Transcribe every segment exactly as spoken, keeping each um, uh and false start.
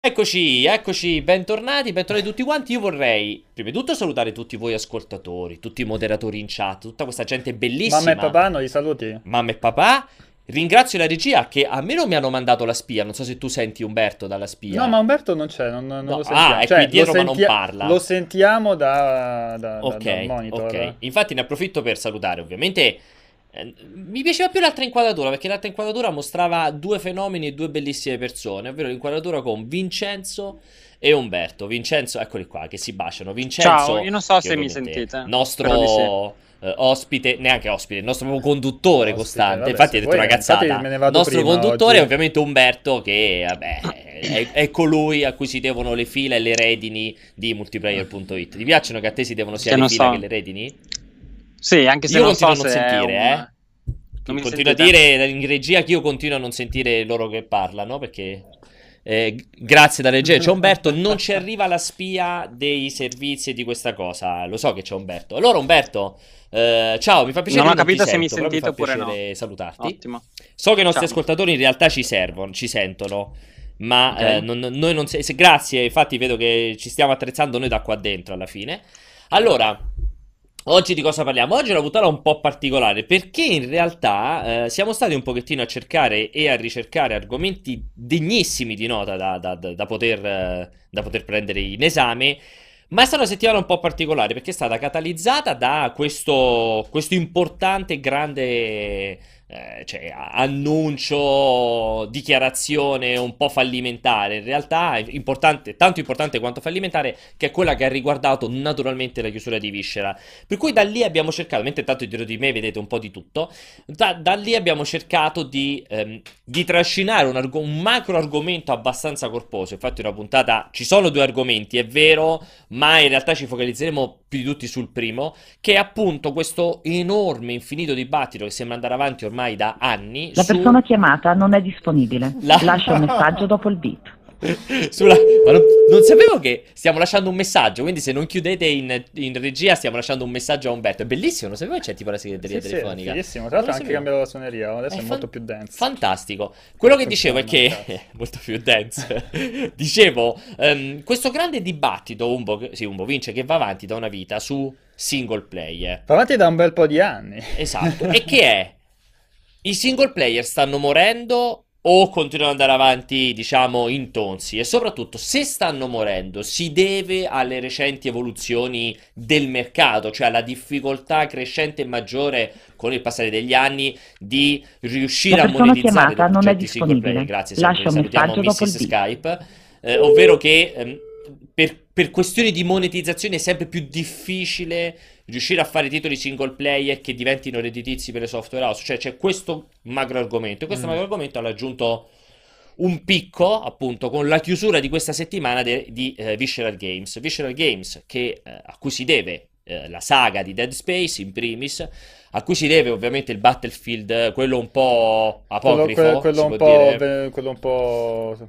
Eccoci, eccoci, bentornati, bentornati tutti quanti. Io vorrei prima di tutto salutare tutti voi ascoltatori, tutti i moderatori in chat, tutta questa gente Mamma e bellissima, papà, non li saluti? mamma e papà. Ringrazio la regia che a me non mi hanno mandato la spia, non so se tu senti Umberto dalla No, spia. ma Umberto non c'è, non, non No, lo ah, sentiamo. è qui Cioè, lo, dietro ma non sentia- lo parla. sentiamo da, da- da- dal Ok, ok. monitor. Infatti ne approfitto per salutare, ovviamente. eh, Mi piaceva più l'altra inquadratura perché l'altra inquadratura mostrava due fenomeni e due bellissime persone, ovvero l'inquadratura con Vincenzo e Umberto. Vincenzo, eccoli qua, che si baciano. Ciao, Vincenzo, io non so che se mi ovviamente sentite, spero di sì. nostro eh, ospite, neanche ospite, il nostro proprio conduttore Ospite, costante. vabbè, Infatti se ha detto vuoi, una eh, infatti cazzata. me ne Il vado nostro prima conduttore è oggi. ovviamente Umberto, che vabbè, è, è colui a cui si devono le fila e le redini di multiplayer punto it. Ti piacciono che a te si devono sia Che le non fila che so. le redini? Sì, anche se Io non continuo so a non se è sentire, un... eh. Non mi Continuo a sentite? dire in regia che io continuo a non sentire loro che parlano perché eh, g- grazie da regia. C'è Umberto, non ci arriva la spia dei servizi e di questa cosa. Lo so che c'è Umberto. Allora Umberto, eh, ciao, mi fa piacere Non che ho non ti capito se mi sento, però mi sentite fa oppure no. piacere salutarti. Ottimo. So che i nostri Ciao. ascoltatori in realtà ci servono, ci sentono, ma eh, Ok. non- noi non se, se- grazie, infatti vedo che ci stiamo attrezzando noi da qua dentro alla fine. Allora, oggi di cosa parliamo? Oggi è una puntata un po' particolare perché in realtà eh, siamo stati un pochettino a cercare e a ricercare argomenti degnissimi di nota da, da- da- da poter, eh, da poter prendere in esame. Ma è stata una settimana un po' particolare perché è stata catalizzata da questo, questo importante e grande eh, cioè, annuncio, dichiarazione un po' fallimentare. In realtà è importante, tanto importante quanto fallimentare, che è quella che ha riguardato naturalmente la chiusura di Viscera. Per cui da lì abbiamo cercato, mentre intanto dietro di me vedete un po' di tutto, da, da lì abbiamo cercato di, ehm, di trascinare un, argo- un macro argomento abbastanza corposo. Infatti una puntata, ci sono due argomenti, è vero, ma in realtà ci focalizzeremo più di tutti sul primo, che è appunto questo enorme, infinito dibattito che sembra andare avanti ormai da anni La su persona chiamata non è disponibile. la... Lascia un messaggio dopo il beep. sulla... Ma non, non sapevo che stiamo lasciando un messaggio, quindi se non chiudete in, in regia stiamo lasciando un messaggio a Umberto. È bellissimo, non sapevo che c'è tipo la segreteria Sì, sì, è telefonica. fighissimo. Tra Non l'altro lo ha anche sapevo. cambiato la suoneria, adesso è, È fan- molto più dance. Fantastico. Quello che dicevo è Funziona, che cazzo. molto più dense. Dicevo, ehm, questo grande dibattito Umbo, che- sì, Umbo vince che va avanti da una vita su single player. Va avanti da un bel po' di anni. Esatto. E che è? I single player stanno morendo o continuano ad andare avanti, diciamo, in tonsi? E soprattutto, se stanno morendo, si deve alle recenti evoluzioni del mercato, cioè alla difficoltà crescente e maggiore con il passare degli anni di riuscire La a persona monetizzare dei chiamata non è progetti single player. disponibile. Grazie, sempre Lascia un salutiamo messaggio dopo il missus beep. Skype. Eh, ovvero che ehm, per, per questioni di monetizzazione è sempre più difficile riuscire a fare titoli single player che diventino redditizi per le software house. Cioè c'è questo macro argomento e questo Mm. macro argomento ha aggiunto un picco appunto con la chiusura di questa settimana de- di eh, Visceral Games. Visceral Games che, eh, a cui si deve eh, la saga di Dead Space in primis, a cui si deve ovviamente il Battlefield, eh, quello un po' Quello, apocrifo, que- quello si un può po', dire. ve- quello un po'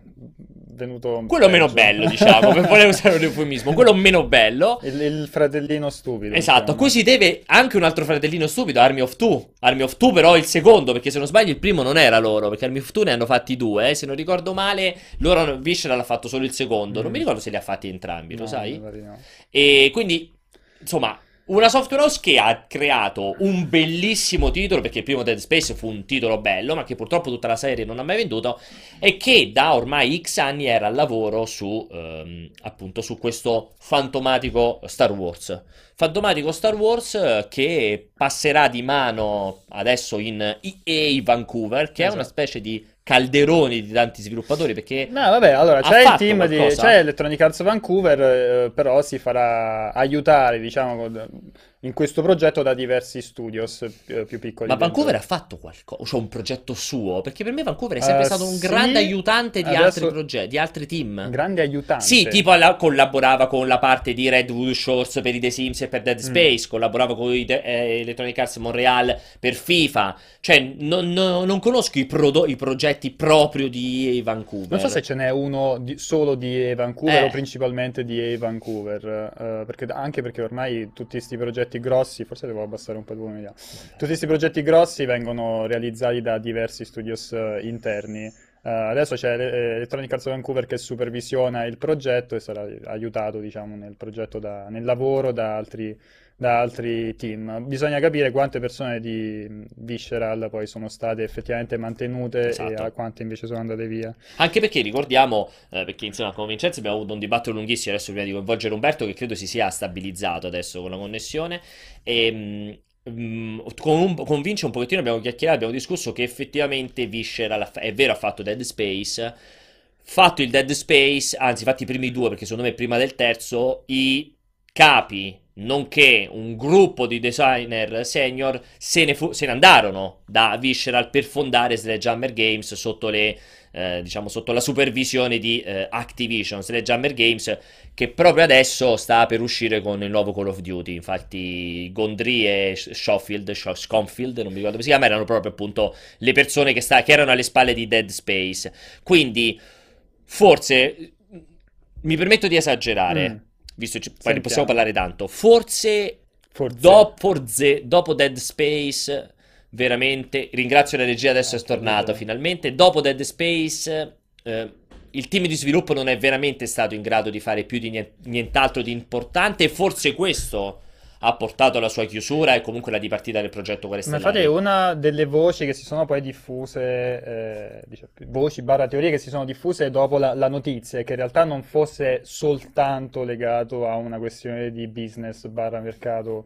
venuto Quello meno peggio. bello, diciamo, per voler usare un eufemismo, quello meno bello. Il, il fratellino stupido, Esatto, a diciamo. cui si deve anche un altro fratellino stupido, Army of Two. Army of Two però il secondo, perché se non sbaglio il primo non era loro, perché Army of Two ne hanno fatti due, eh. Se non ricordo male, loro Visceral ha fatto solo il secondo, non mi Mm. ricordo se li ha fatti entrambi, lo No, sai? mi pare di no. E quindi, insomma, una software house che ha creato un bellissimo titolo, perché il primo Dead Space fu un titolo bello, ma che purtroppo tutta la serie non ha mai venduto, e che da ormai X anni era al lavoro su, ehm, appunto, su questo fantomatico Star Wars. Fantomatico Star Wars eh, che passerà di mano adesso in E A Vancouver, che è una Esatto. specie di calderoni di tanti sviluppatori, perché No, vabbè, allora ha c'è il fatto team di qualcosa. c'è Electronic Arts Vancouver, eh, però si farà aiutare, diciamo, con- in questo progetto da diversi studios eh, più piccoli Ma dentro. Vancouver ha fatto qualcosa, cioè un progetto suo? Perché per me Vancouver è sempre Eh, stato un sì, grande aiutante di adesso altri progetti, di altri team. grande aiutante. Sì, tipo alla- collaborava con la parte di Redwood Shores per i The Sims e per Dead Mm. Space, collaborava con i de- eh, Electronic Arts Montreal per FIFA. Cioè, non, non- non conosco i, prodo- i progetti proprio di Vancouver. Non so se ce n'è uno di- solo di Vancouver Eh. o principalmente di Vancouver, eh, perché, anche perché ormai tutti questi progetti grossi, forse devo abbassare un po' il volume, via. Tutti questi progetti grossi vengono realizzati da diversi studios eh, interni. Eh, adesso c'è eh, Electronic Arts Vancouver che supervisiona il progetto e sarà aiutato, diciamo, nel progetto da- nel lavoro da altri, da altri team. Bisogna capire quante persone di Visceral poi sono state effettivamente mantenute e Esatto. a quante invece sono andate via. Anche perché ricordiamo, eh, perché insomma con Vincenzo abbiamo avuto un dibattito lunghissimo adesso prima di coinvolgere Umberto, che credo si sia stabilizzato adesso con la connessione, e mh, mh, con, un- con Vince un pochettino abbiamo chiacchierato, abbiamo discusso che effettivamente Visceral, ha fa- è vero, ha fatto Dead Space, fatto il Dead Space, anzi fatti i primi due, perché secondo me prima del terzo, i capi, nonché un gruppo di designer senior, se ne, fu- se ne andarono da Visceral per fondare Sledgehammer Games sotto le, eh, diciamo, sotto la supervisione di eh, Activision. Sledgehammer Games che proprio adesso sta per uscire con il nuovo Call of Duty. Infatti Gondry e Schofield, Scho- Schonfield, non mi ricordo come si chiama, erano proprio appunto le persone che, sta- che erano alle spalle di Dead Space. Quindi forse mi permetto di esagerare, Mm, visto che poi ne sentiamo. possiamo parlare tanto. Forse, Forse. do- forse dopo Dead Space, veramente, ringrazio la regia, adesso è Ah, tornata capito. finalmente. Dopo Dead Space, eh, il team di sviluppo non è veramente stato in grado di fare più di nien- nient'altro di importante, e forse questo ha portato alla sua chiusura e comunque la dipartita del progetto Guerre Ma infatti Stellari. una delle voci che si sono poi diffuse, eh, diciamo, voci barra teorie che si sono diffuse dopo la, la notizia, è che in realtà non fosse soltanto legato a una questione di business barra mercato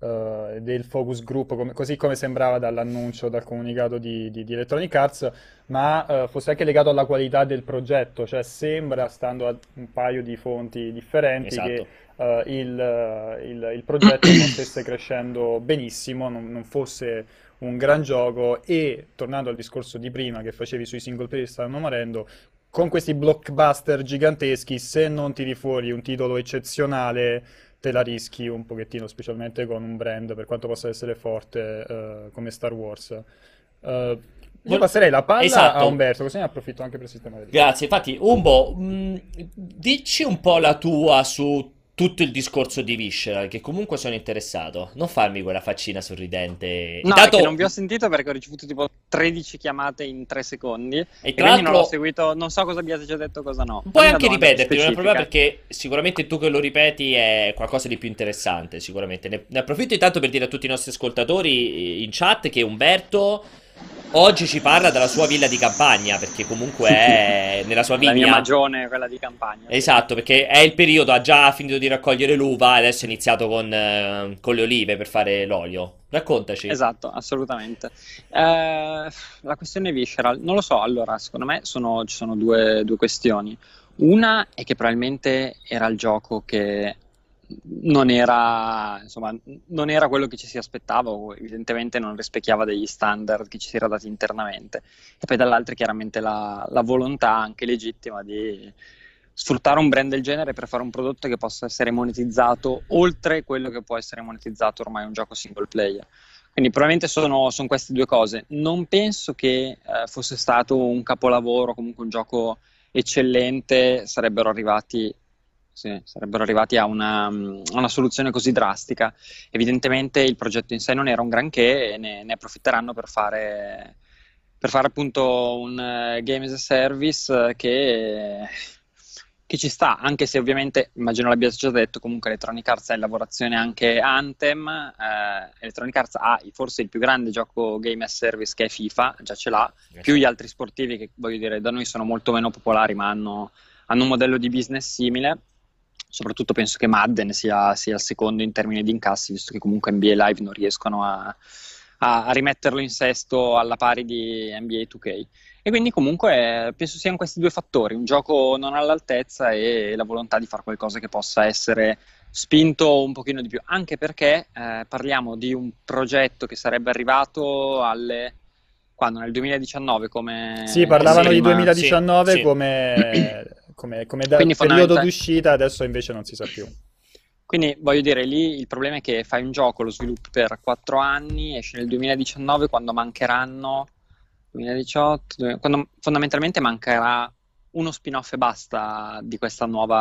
eh, del focus group, come- così come sembrava dall'annuncio, dal comunicato di, di- di Electronic Arts, ma eh, fosse anche legato alla qualità del progetto, cioè sembra, stando a un paio di fonti differenti, che Esatto. eh, il, eh, il- il progetto non stesse crescendo benissimo, non, non fosse un gran gioco e, tornando al discorso di prima che facevi sui single player che stanno morendo, con questi blockbuster giganteschi, se non tiri fuori un titolo eccezionale, te la rischi un pochettino, specialmente con un brand, per quanto possa essere forte, eh, come Star Wars. Eh, io Vol- passerei la palla a Esatto. Umberto, così ne approfitto anche per sistemare il Grazie, infatti, Umbo, mh, dici un po' la tua su tutto il discorso di Visceral, che comunque sono interessato. Non farmi quella faccina sorridente. No, è Intanto, che non vi ho sentito perché ho ricevuto tipo tredici chiamate in tre secondi e e tra quindi non l'ho l'altro, seguito, non so cosa abbiate già detto, cosa no. puoi Fammi una anche domanda ripeterti, non è un problema, specifica. perché sicuramente tu che lo ripeti è qualcosa di più interessante, sicuramente. Ne, ne approfitto intanto per dire a tutti i nostri ascoltatori eh, in chat che Umberto oggi ci parla della sua villa di campagna, perché comunque è nella sua La mia vigna. magione, quella di campagna. Esatto, perché è il periodo, ha già finito di raccogliere l'uva e adesso è iniziato con, eh, con le olive per fare l'olio. Raccontaci. Esatto, assolutamente. Eh, la questione visceral, non lo so, allora, secondo me sono- ci sono due, due questioni. Una è che probabilmente era il gioco che non era, insomma, non era quello che ci si aspettava, o evidentemente non rispecchiava degli standard che ci si era dati internamente. E poi dall'altra chiaramente la, la volontà anche legittima di sfruttare un brand del genere per fare un prodotto che possa essere monetizzato oltre quello che può essere monetizzato ormai un gioco single player. Quindi probabilmente sono, sono queste due cose. Non penso che eh, fosse stato un capolavoro, comunque un gioco eccellente, sarebbero arrivati, sì, sarebbero arrivati a una, a una soluzione così drastica. Evidentemente il progetto in sé non era un granché e ne, ne approfitteranno per fare, per fare appunto un eh, game as a service eh, che, che ci sta, anche se ovviamente, immagino l'abbiate già detto, comunque Electronic Arts ha in lavorazione anche Anthem, eh, Electronic Arts ha forse il più grande gioco game as service che è FIFA, già ce l'ha, più gli altri sportivi che voglio dire da noi sono molto meno popolari ma hanno, hanno un modello di business simile. Soprattutto penso che Madden sia, sia il secondo in termini di incassi, visto che comunque N B A Live non riescono a, a, a rimetterlo in sesto alla pari di N B A due K. E quindi comunque eh, penso siano questi due fattori, un gioco non all'altezza e la volontà di fare qualcosa che possa essere spinto un pochino di più, anche perché eh, parliamo di un progetto che sarebbe arrivato alle... quando? Nel duemiladiciannove come... Sì, parlavano sì, di ma- duemiladiciannove sì, sì. come, come, come da- Quindi periodo fondamental- d'uscita, adesso invece non si sa più. Quindi voglio dire, lì il problema è che fai un gioco, lo sviluppi per quattro anni, esce nel duemiladiciannove quando mancheranno duemiladiciotto, due- quando fondamentalmente mancherà uno spin-off e basta di questa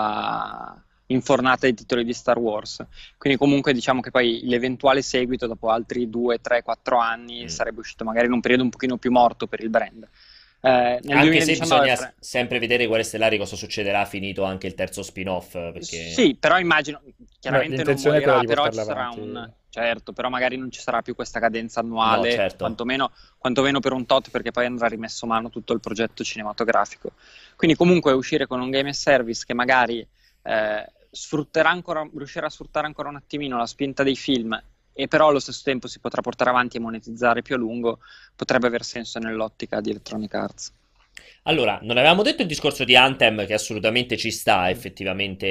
nuova infornata di titoli di Star Wars. Quindi comunque diciamo che poi l'eventuale seguito dopo altri due, tre, quattro anni Mm. sarebbe uscito magari in un periodo un pochino più morto per il brand. Eh, nel Anche se duemiladiciannove bisogna s- fra- sempre vedere Guerre Stellari cosa succederà finito anche il terzo spin-off, perché... Sì, però immagino, Beh, chiaramente non l'intenzione è quella morirà, di però ci portarla sarà avanti. un... Certo, però magari non ci sarà più questa cadenza No, annuale, certo. quantomeno, quantomeno per un tot, perché poi andrà rimesso mano tutto il progetto cinematografico. Quindi comunque uscire con un game as service che magari eh, sfrutterà ancora, riuscirà a sfruttare ancora un attimino la spinta dei film e però allo stesso tempo si potrà portare avanti e monetizzare più a lungo, potrebbe aver senso nell'ottica di Electronic Arts. Allora, non avevamo detto il discorso di Anthem che assolutamente ci sta, effettivamente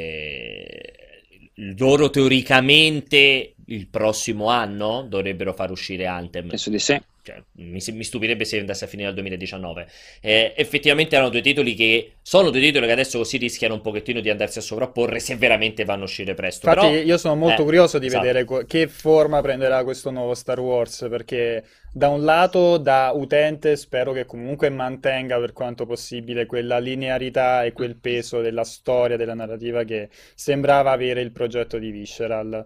loro teoricamente il prossimo anno dovrebbero far uscire Anthem. Penso di sì. Cioè, mi, mi stupirebbe se andasse a finire nel duemiladiciannove. Eh, effettivamente erano due titoli che sono due titoli che adesso così rischiano un pochettino di andarsi a sovrapporre se veramente vanno a uscire presto. Infatti Però, io sono molto eh, curioso di esatto. vedere co- che forma prenderà questo nuovo Star Wars, perché da un lato, da utente, spero che comunque mantenga per quanto possibile quella linearità e quel peso della storia, della narrativa che sembrava avere il progetto di Visceral.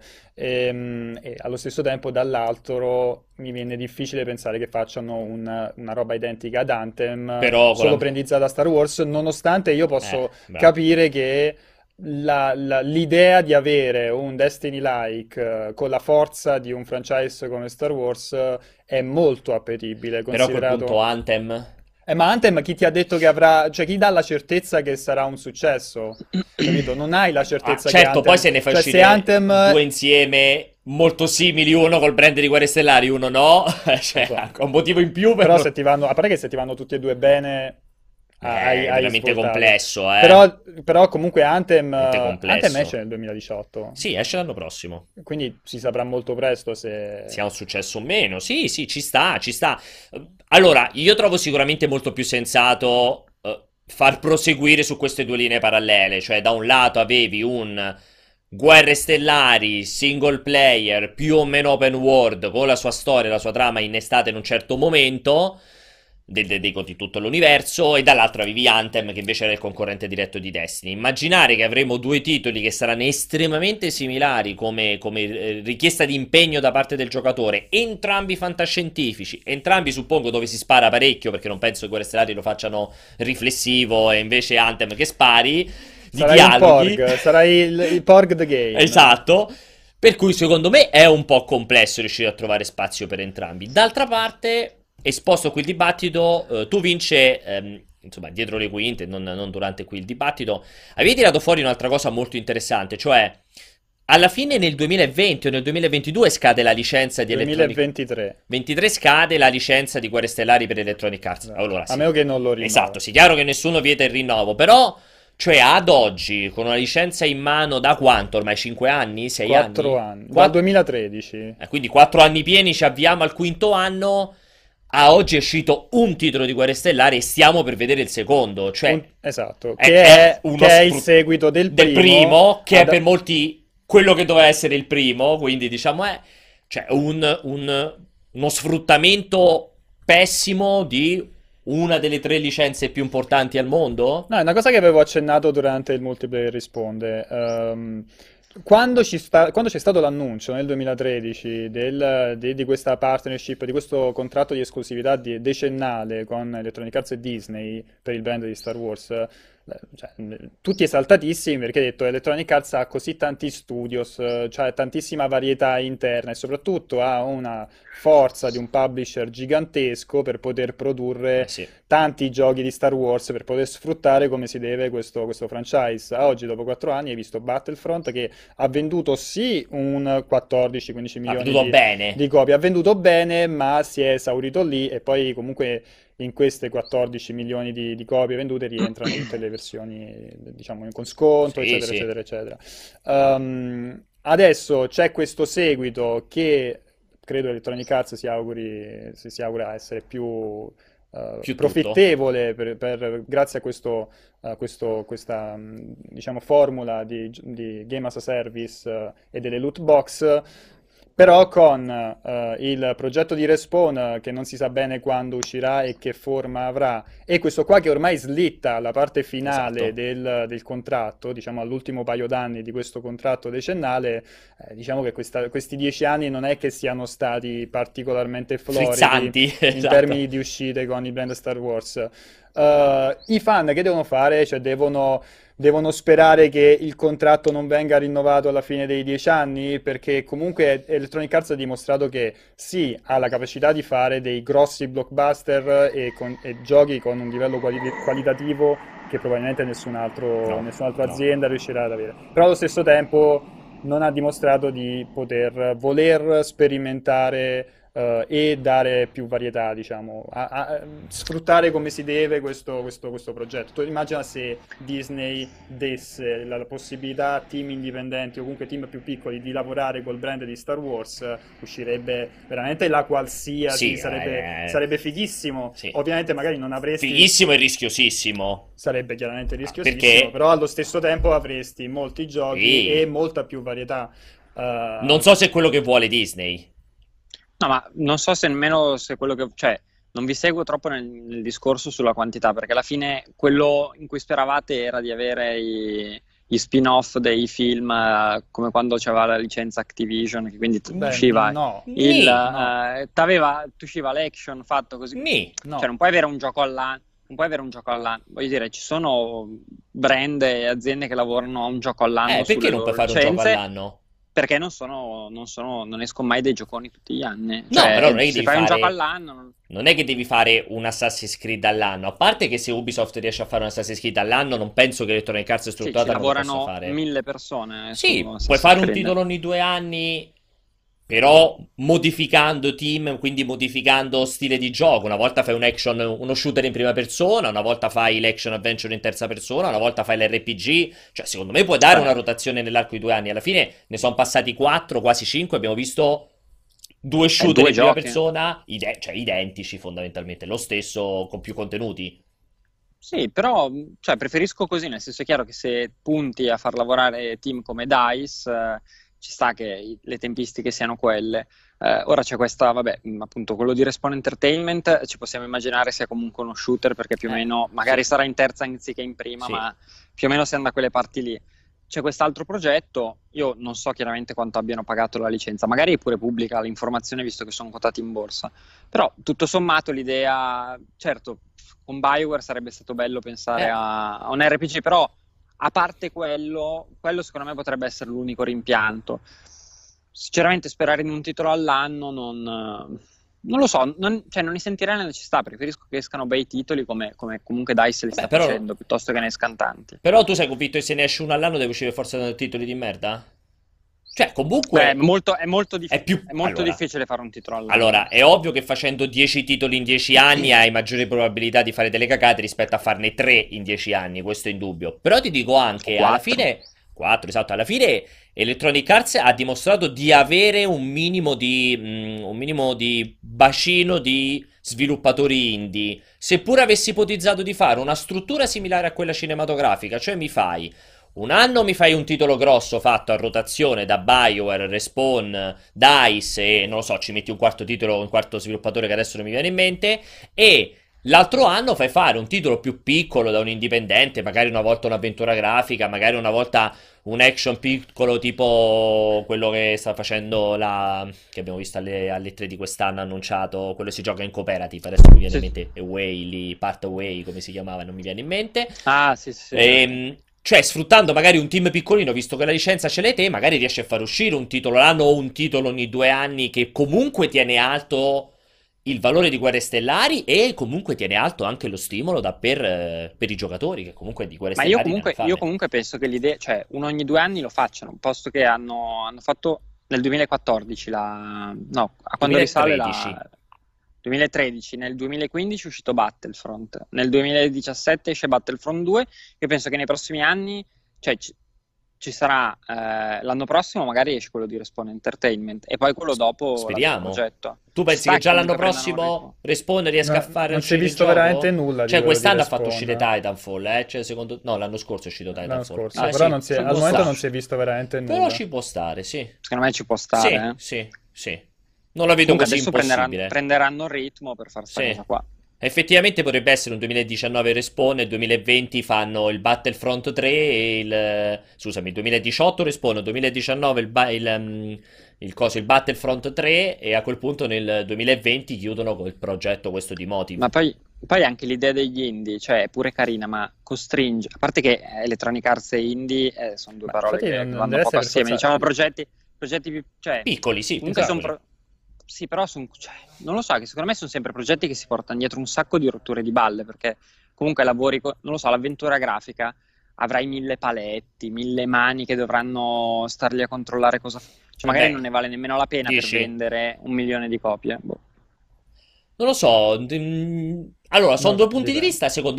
Ehm, E, allo stesso tempo, dall'altro, mi viene difficile pensare che facciano una, una roba identica ad Anthem, Però con solo la... prendizzata a Star Wars, nonostante io Eh, posso bravo. capire che la- la- l'idea di avere un Destiny-like eh, con la forza di un franchise come Star Wars eh, è molto appetibile, Però a quel punto considerato... Anthem... Eh, ma Anthem, chi ti ha detto che avrà... Cioè, chi dà la certezza che sarà un successo? Capito? Non hai la Ah, certezza che certo, poi Anthem... se ne fa Cioè, se uscire Anthem... due insieme molto simili, uno col brand di Guerre Stellari, uno no, Lo cioè so. anche un motivo in più per Però non... se ti vanno... A parte che se ti vanno tutti e due bene, Eh, ah, hai, è hai veramente svoltato. complesso, eh. Però, però comunque Anthem... Veramente eh, Anthem complesso. esce nel duemiladiciotto. Sì, esce l'anno prossimo. Quindi si saprà molto presto se... Sia un successo o meno. Sì, sì, ci sta, ci sta. Allora, io trovo sicuramente molto più sensato eh, far proseguire su queste due linee parallele. Cioè, da un lato avevi un Guerre Stellari, single player, più o meno open world, con la sua storia, la sua trama innestate in un certo momento, del, del- dico, di tutto l'universo, e dall'altro avevi Anthem, che invece era il concorrente diretto di Destiny. Immaginare che avremo due titoli che saranno estremamente similari come, come, eh, richiesta di impegno da parte del giocatore, entrambi fantascientifici, entrambi suppongo dove si spara parecchio, perché non penso che Guerre Stellari lo facciano riflessivo, e invece Anthem che spari, di Sarai un dialoghi. Porg, sarai il, il Porg the Game. Esatto. Per cui secondo me è un po' complesso riuscire a trovare spazio per entrambi. D'altra parte, esposto qui il dibattito, eh, tu Vince, ehm, insomma, dietro le quinte, non, non durante qui il dibattito, avevi tirato fuori un'altra cosa molto interessante, cioè alla fine nel duemilaventi o nel duemilaventidue scade la licenza di Electronic duemilaventitré. ventitré scade la licenza di Guerre Stellari per Electronic Arts. Esatto. Allora, A sì. meno che non lo rinnovi. Esatto, sì, chiaro che nessuno vieta il rinnovo, però, cioè, ad oggi, con una licenza in mano da quanto? Ormai cinque anni? sei Quattro anni? anni. Dal Quatt- duemilatredici. eh, quindi quattro anni pieni, ci avviamo al quinto anno. A oggi è uscito un titolo di Guerre Stellari e stiamo per vedere il secondo. Cioè, Un- esatto, è, che è è, uno che è il sfrut- seguito del del primo. primo, che è ad- per molti quello che doveva essere il primo. Quindi, diciamo, è cioè, un, un- uno sfruttamento pessimo di una delle tre licenze più importanti al mondo. No, è una cosa che avevo accennato durante il multiplayer risponde. Ehm, quando, ci sta- quando c'è stato l'annuncio nel duemilatredici del- di, di questa partnership, di questo contratto di esclusività di- decennale con Electronic Arts e Disney per il brand di Star Wars, eh, cioè, mh, tutti esaltatissimi perché ha detto Electronic Arts ha così tanti studios, eh, cioè tantissima varietà interna e soprattutto ha una forza di un publisher gigantesco per poter Eh produrre sì. tanti giochi di Star Wars per poter sfruttare come si deve questo, questo franchise. A oggi, dopo quattro anni, hai visto Battlefront che ha venduto sì un quattordici quindici Ha milioni venduto di, bene. di copie, ha venduto bene, ma si è esaurito lì e poi comunque in queste quattordici milioni di, di copie vendute rientrano tutte le versioni, diciamo, con sconto, Sì, eccetera, sì. eccetera, eccetera. Ehm, adesso c'è questo seguito che credo Electronic Arts si auguri, si, si augura essere più eh, Più tutto. profittevole per- per- grazie a questo, a questo- questa mh, diciamo, formula di, di Game as a Service eh, e delle loot box. Però con eh, il progetto di Respawn eh, che non si sa bene quando uscirà e che forma avrà, e questo qua che ormai slitta la parte finale Esatto. del, del contratto, diciamo all'ultimo paio d'anni di questo contratto decennale, eh, diciamo che questa- questi dieci anni non è che siano stati particolarmente floridi Frizzanti, in esatto. termini di uscite con i brand Star Wars. Eh, i fan che devono fare? Cioè devono Devono sperare che il contratto non venga rinnovato alla fine dei dieci anni, perché comunque Electronic Arts ha dimostrato che sì, ha la capacità di fare dei grossi blockbuster e, con- e giochi con un livello quali- qualitativo che probabilmente nessun altro, No, nessun'altra no. azienda riuscirà ad avere. Però allo stesso tempo non ha dimostrato di poter voler sperimentare eh, e dare più varietà, diciamo, a- a- sfruttare come si deve questo, questo- questo progetto. Tu immagina se Disney desse la, la possibilità a team indipendenti o comunque team più piccoli di lavorare col brand di Star Wars, eh, uscirebbe veramente la qualsiasi, Sì, sarebbe, eh, sarebbe fighissimo. sì. Ovviamente magari non avresti, Fighissimo e rischiosissimo. sarebbe chiaramente rischiosissimo, Perché però allo stesso tempo avresti molti giochi e sì, molta più varietà. non Eh, so se è quello che vuole Disney. No, ma non so se nemmeno se quello che... cioè, non vi seguo troppo nel, nel discorso sulla quantità, perché alla fine quello in cui speravate era di avere i, gli spin-off dei film, eh, come quando c'era la licenza Activision, che quindi ti beh, usciva no, il... Nì, no, eh, t'aveva- ti usciva l'action fatto così. nì. no. Cioè, non puoi avere un gioco all'anno. Non puoi avere un gioco all'anno. Voglio dire, ci sono brand e aziende che lavorano a un gioco all'anno Eh, perché sulle non puoi loro fare un gioco licenze, all'anno? perché non sono, non sono, non escono mai dei gioconi tutti gli anni. No, però non Cioè, è che se devi fai un gioco fare. all'anno, non- Non è che devi fare un Assassin's Creed all'anno. A parte che se Ubisoft riesce a fare un Assassin's Creed all'anno, non penso che Electronic Arts sì, ci strutturata non lo possa lavorano fare. mille persone su Sì, puoi Assassin's fare un Creed. titolo ogni due anni, però modificando team, quindi modificando stile di gioco. Una volta fai un action, uno shooter in prima persona, una volta fai l'action adventure in terza persona, una volta fai l'R P G. Cioè, secondo me puoi dare Beh, una rotazione nell'arco di due anni. Alla fine ne sono passati quattro, quasi cinque. Abbiamo visto due eh, shooter due in prima giochi. persona, ide- cioè identici fondamentalmente, lo stesso con più contenuti. Sì, però cioè, preferisco così, nel senso è chiaro che se punti a far lavorare team come DICE, eh, ci sta che i- le tempistiche siano quelle. Eh, ora c'è questa, vabbè, mh, appunto, quello di Respawn Entertainment, ci possiamo immaginare sia comunque uno shooter, perché più o Eh, meno, magari sì, sarà in terza anziché in prima, sì. ma più o meno siamo da quelle parti lì. C'è quest'altro progetto, io non so chiaramente quanto abbiano pagato la licenza, magari è pure pubblica l'informazione visto che sono quotati in borsa, però tutto sommato l'idea, certo, con BioWare sarebbe stato bello pensare Eh, a, a un R P G, però a parte quello, quello secondo me potrebbe essere l'unico rimpianto. Sinceramente sperare in un titolo all'anno non, non lo so, non, cioè non ne sentirei la necessità, preferisco che escano bei titoli come, come comunque DICE li vabbè, sta però, facendo, piuttosto che ne escano tanti. però tu sei convinto che se ne esce uno all'anno deve uscire forse titoli di merda? Cioè, Beh, è comunque molto, è molto, è dif- più. è molto Allora, difficile fare un titolo allora, all'anno. è ovvio che facendo dieci titoli in dieci anni hai maggiori probabilità di fare delle cagate rispetto a farne tre in dieci anni, questo è indubbio. Però ti dico O anche, alla quattro. fine, quattro, esatto, alla fine Electronic Arts ha dimostrato di avere un minimo di, mm, un minimo di bacino di sviluppatori indie. Seppur avessi ipotizzato di fare una struttura similare a quella cinematografica, cioè mi fai un anno mi fai un titolo grosso fatto a rotazione da BioWare, Respawn, DICE e non lo so, ci metti un quarto titolo, un quarto sviluppatore che adesso non mi viene in mente e l'altro anno fai fare un titolo più piccolo da un indipendente, magari una volta un'avventura grafica, magari una volta un action piccolo tipo quello che sta facendo la che abbiamo visto alle, alle tre di quest'anno annunciato, quello che si gioca in cooperative, adesso mi viene in Sì. mente Away, lì, Part Away, come si chiamava, non mi viene in mente. Ah, sì, sì, sì. Ehm, cioè, sfruttando magari un team piccolino, visto che la licenza ce l'hai te, magari riesci a far uscire un titolo l'anno o un titolo ogni due anni che comunque tiene alto il valore di Guerre Stellari e comunque tiene alto anche lo stimolo da per, eh, per i giocatori che comunque di Guerre Ma io Stellari ne hanno comunque, io fame. comunque penso che l'idea, cioè uno ogni due anni lo facciano, posto che hanno, hanno fatto nel duemilaquattordici la... no, a quando risale duemilatredici. la... duemilatredici, nel duemilaquindici è uscito Battlefront, nel duemiladiciassette esce Battlefront due, io penso che nei prossimi anni, cioè ci, ci sarà, eh, l'anno prossimo magari esce quello di Respawn Entertainment e poi quello dopo l'altro Speriamo. progetto. Tu Ci pensi sta che già l'anno comunque prendano un prossimo ritmo. Respawn riesca No, a fare non si è uscire il visto gioco? veramente nulla di Cioè, quello di quest'anno ha fatto Respawn. uscire Titanfall, eh? Cioè, secondo... No, l'anno scorso è uscito L'anno Titanfall. scorso, Ah, però sì, non si è- ci al può momento stare. non si è visto veramente Però nulla. ci può stare, sì. Secondo me ci può Sì, stare, eh. sì. sì. Non la vedo Comunque così adesso prenderanno, impossibile. prenderanno il ritmo per fare sta Sì. cosa qua. Effettivamente potrebbe essere un duemiladiciannove Respawn e il duemilaventi fanno il Battlefront tre e il... Scusami, il duemiladiciotto Respawn, il duemiladiciannove il, ba- il, um, il coso, il Battlefront tre e a quel punto nel duemilaventi chiudono col progetto questo di Ma Motive. poi, poi anche l'idea degli indie, cioè è pure carina, ma costringe, a parte che Electronic Arts e indie eh, sono due Ma parole infatti che, non, che non vanno deve poco essere per assieme, forza... diciamo progetti, progetti più, cioè, Piccoli, sì, più comunque che sono, altro. sì, però sono, cioè, non lo so, che secondo me sono sempre progetti che si portano dietro un sacco di rotture di balle, perché comunque lavori, co- non lo so, l'avventura grafica, avrai mille paletti, mille mani che dovranno starli a controllare cosa, cioè magari Vabbè, non ne vale nemmeno la pena per dici? vendere un milione di copie, boh. Non lo so. mm, Allora, sono No, due punti di dipende. vista, secondo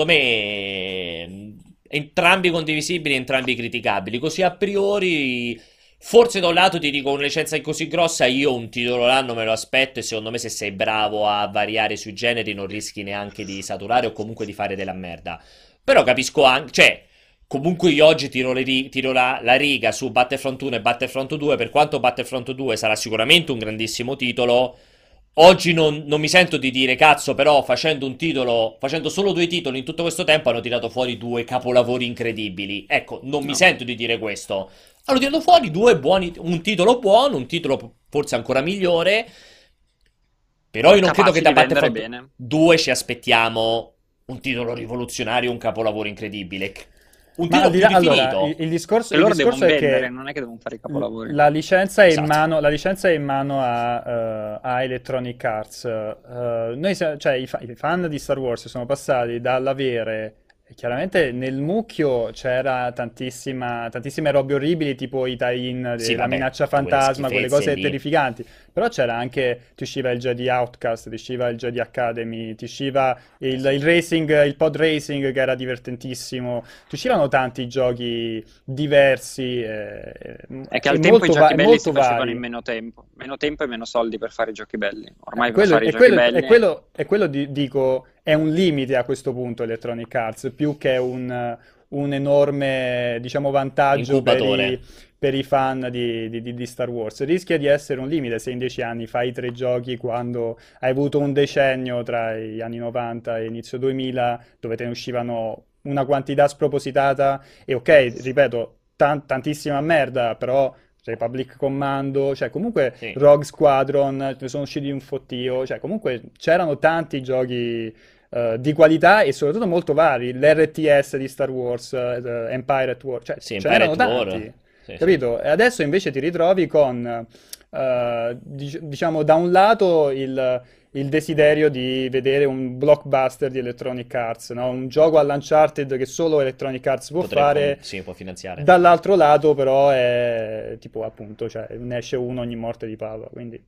me, mm, entrambi condivisibili, entrambi criticabili. Così a priori, forse da un lato ti dico una licenza così grossa, io un titolo l'anno me lo aspetto e secondo me se sei bravo a variare sui generi non rischi neanche di saturare o comunque di fare della merda. Però capisco anche, cioè, comunque io oggi tiro, le ri- tiro la, la riga su Battlefront uno e Battlefront due, per quanto Battlefront due sarà sicuramente un grandissimo titolo. Oggi non, non mi sento di dire cazzo, però facendo un titolo, facendo solo due titoli in tutto questo tempo hanno tirato fuori due capolavori incredibili. Ecco, non mi No. sento di dire questo. Hanno tirato fuori due buoni, un titolo buono, un titolo forse ancora migliore. Però io non credo che Capaci da di vendere Battlefront bene. due ci aspettiamo un titolo rivoluzionario, un capolavoro incredibile. Un Ma titolo al di più là, allora, il, definito. il discorso, E il loro devono discorso è vendere, che non è che devono fare i l- capolavori. la licenza è in Esatto. mano, la licenza è in mano a, eh, a Electronic Arts. Eh, noi, sia- cioè, i, fa- i fan di Star Wars sono passati dall'avere, chiaramente nel mucchio c'era tantissima, tantissime robe orribili, tipo i tie-in Sì, della vabbè, minaccia tutte quelle fantasma, quelle schifezze cose lì. terrificanti. Però c'era anche, ti usciva il Jedi Outcast, ti usciva il Jedi Academy, ti usciva il, il racing, il pod racing che era divertentissimo. Ti uscivano tanti giochi diversi eh, È che e al tempo i molto, giochi va- belli si molto facevano in vari. meno tempo. Meno tempo e meno soldi per fare i giochi belli. Eh, Ormai per quello, fare i e giochi quello, e belli... quello, e quello di- dico è un limite a questo punto Electronic Arts, più che un, un enorme, diciamo, vantaggio per Incubatore. i, per i fan di, di- di- di Star Wars. Rischia di essere un limite se in dieci anni fai tre giochi quando hai avuto un decennio tra gli anni novanta e inizio duemila dove te ne uscivano una quantità spropositata e ok, ripeto, tan- tantissima merda, però Republic Commando, cioè comunque Sì. Rogue Squadron, ne sono usciti un fottio, cioè comunque c'erano tanti giochi eh, di qualità e soprattutto molto vari, l'R T S di Star Wars, eh, Empire at War, cioè Sì, ce Empire n'erano at War. tanti, Sì, sì. capito? E adesso invece ti ritrovi con, eh, dic- diciamo, da un lato il, il desiderio di vedere un blockbuster di Electronic Arts, no? Un gioco all'Uncharted che solo Electronic Arts può Potrebbe, fare. sì, può finanziare. Dall'altro lato però è tipo appunto, cioè ne esce uno ogni morte di papa, quindi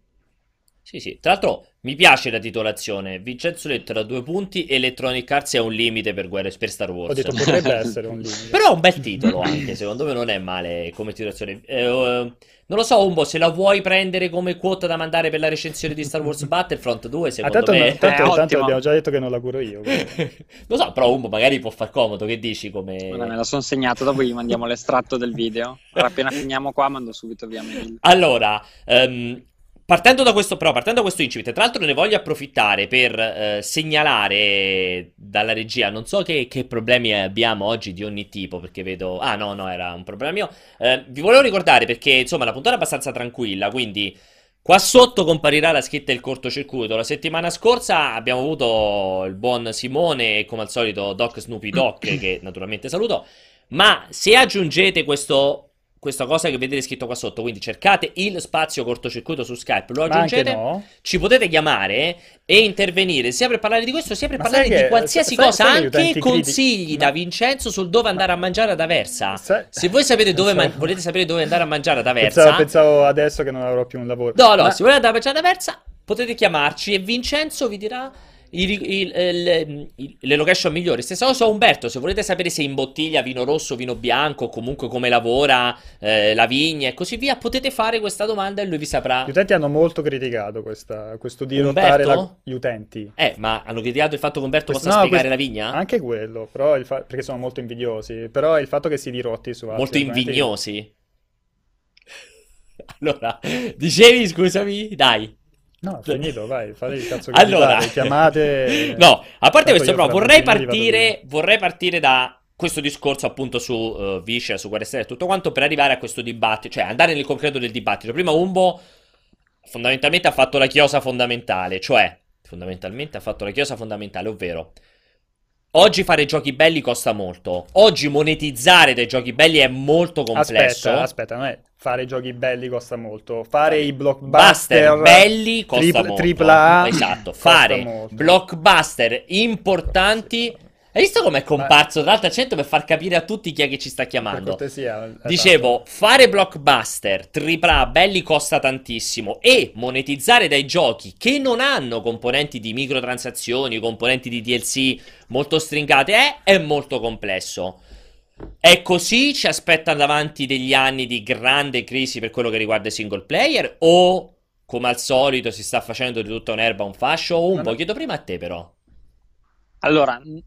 Sì, sì. Tra l'altro mi piace la titolazione. Vincenzo Lettera, due punti. Electronic Arts è un limite per, guerre, per Star ho Wars. detto potrebbe essere un limite. Però è un bel titolo anche, secondo me non è male come titolazione. Eh, eh, non lo so, Umbo, se la vuoi prendere come quote da mandare per la recensione di Star Wars Battlefront due, Ah, secondo tanto, me... no- tanto- Eh, tanto ottimo. abbiamo già detto che non la curo io, quindi. Lo so, però Umbo magari può far comodo, che dici Guarda, me come... la sono segnato, dopo gli mandiamo l'estratto del video. Ora appena finiamo qua mando subito via mail. Allora, ehm, partendo da questo, però, partendo da questo incipit, tra l'altro ne voglio approfittare per eh, segnalare dalla regia, non so che, che problemi abbiamo oggi di ogni tipo, perché vedo... Ah, no, no, era un problema mio. Eh, vi volevo ricordare, perché, insomma, la puntata è abbastanza tranquilla, quindi... Qua sotto comparirà la scritta del cortocircuito. La settimana scorsa abbiamo avuto il buon Simone e come al solito Doc Snoopy Doc, che naturalmente saluto. Ma se aggiungete questo, questa cosa che vedete scritto qua sotto, quindi cercate il spazio cortocircuito su Skype, lo Ma anche aggiungete, no. ci potete chiamare e intervenire sia per parlare di questo sia per Ma parlare sai di che- qualsiasi sai- cosa, sai che gli anche utenti criti- consigli Ma- da Vincenzo sul dove andare a mangiare ad Aversa. Sai- Se voi sapete dove man- Pensavo- volete sapere dove andare a mangiare ad Aversa, Pensavo, pensavo adesso che non avrò più un lavoro. no, no, Ma- se volete andare a mangiare ad Aversa, potete chiamarci e Vincenzo vi dirà il- il- il- il- le location migliori. Stessa cosa a Umberto, se volete sapere se imbottiglia vino rosso, vino bianco, o comunque come lavora eh, la vigna e così via, potete fare questa domanda e lui vi saprà. Gli utenti hanno molto criticato questa- questo Umberto? dirottare la... Gli utenti. Eh, ma hanno criticato il fatto che Umberto Questo- possa no, spiegare questo- la vigna? Anche quello, però il fa- perché sono molto invidiosi, però il fatto che si dirotti su altri Molto argomenti- invignosi. Allora, dicevi, scusami, dai. No, è finito, vai, fate il cazzo che vi Allora, pare, chiamate... no, a parte Tanto questo, io però, fra vorrei venti minuti vado via. partire, vorrei partire da questo discorso appunto su uh, Viscera, su Guerre Stellari e tutto quanto per arrivare a questo dibattito, cioè andare nel concreto del dibattito. Prima Umbo fondamentalmente ha fatto la chiosa fondamentale, cioè fondamentalmente ha fatto la chiosa fondamentale, ovvero oggi fare giochi belli costa molto, oggi monetizzare dei giochi belli è molto complesso. Aspetta, aspetta, non è fare giochi belli costa molto, fare Fare i blockbuster blockbuster belli costa tripla, molto. tripla A Esatto, costa fare molto. blockbuster importanti. Hai visto com'è Ma comparso tra l'altro accento per far capire a tutti chi è che ci sta per chiamando? cortesia, esatto. Dicevo, fare blockbuster tripla A belli costa tantissimo e monetizzare dai giochi che non hanno componenti di microtransazioni, componenti di D L C molto stringate è, è molto complesso. È così? Ci aspettano davanti degli anni di grande crisi per quello che riguarda i single player? O, come al solito, si sta facendo di tutta un'erba un fascio? Un Ma po', no- chiedo prima a te però. Allora, mh,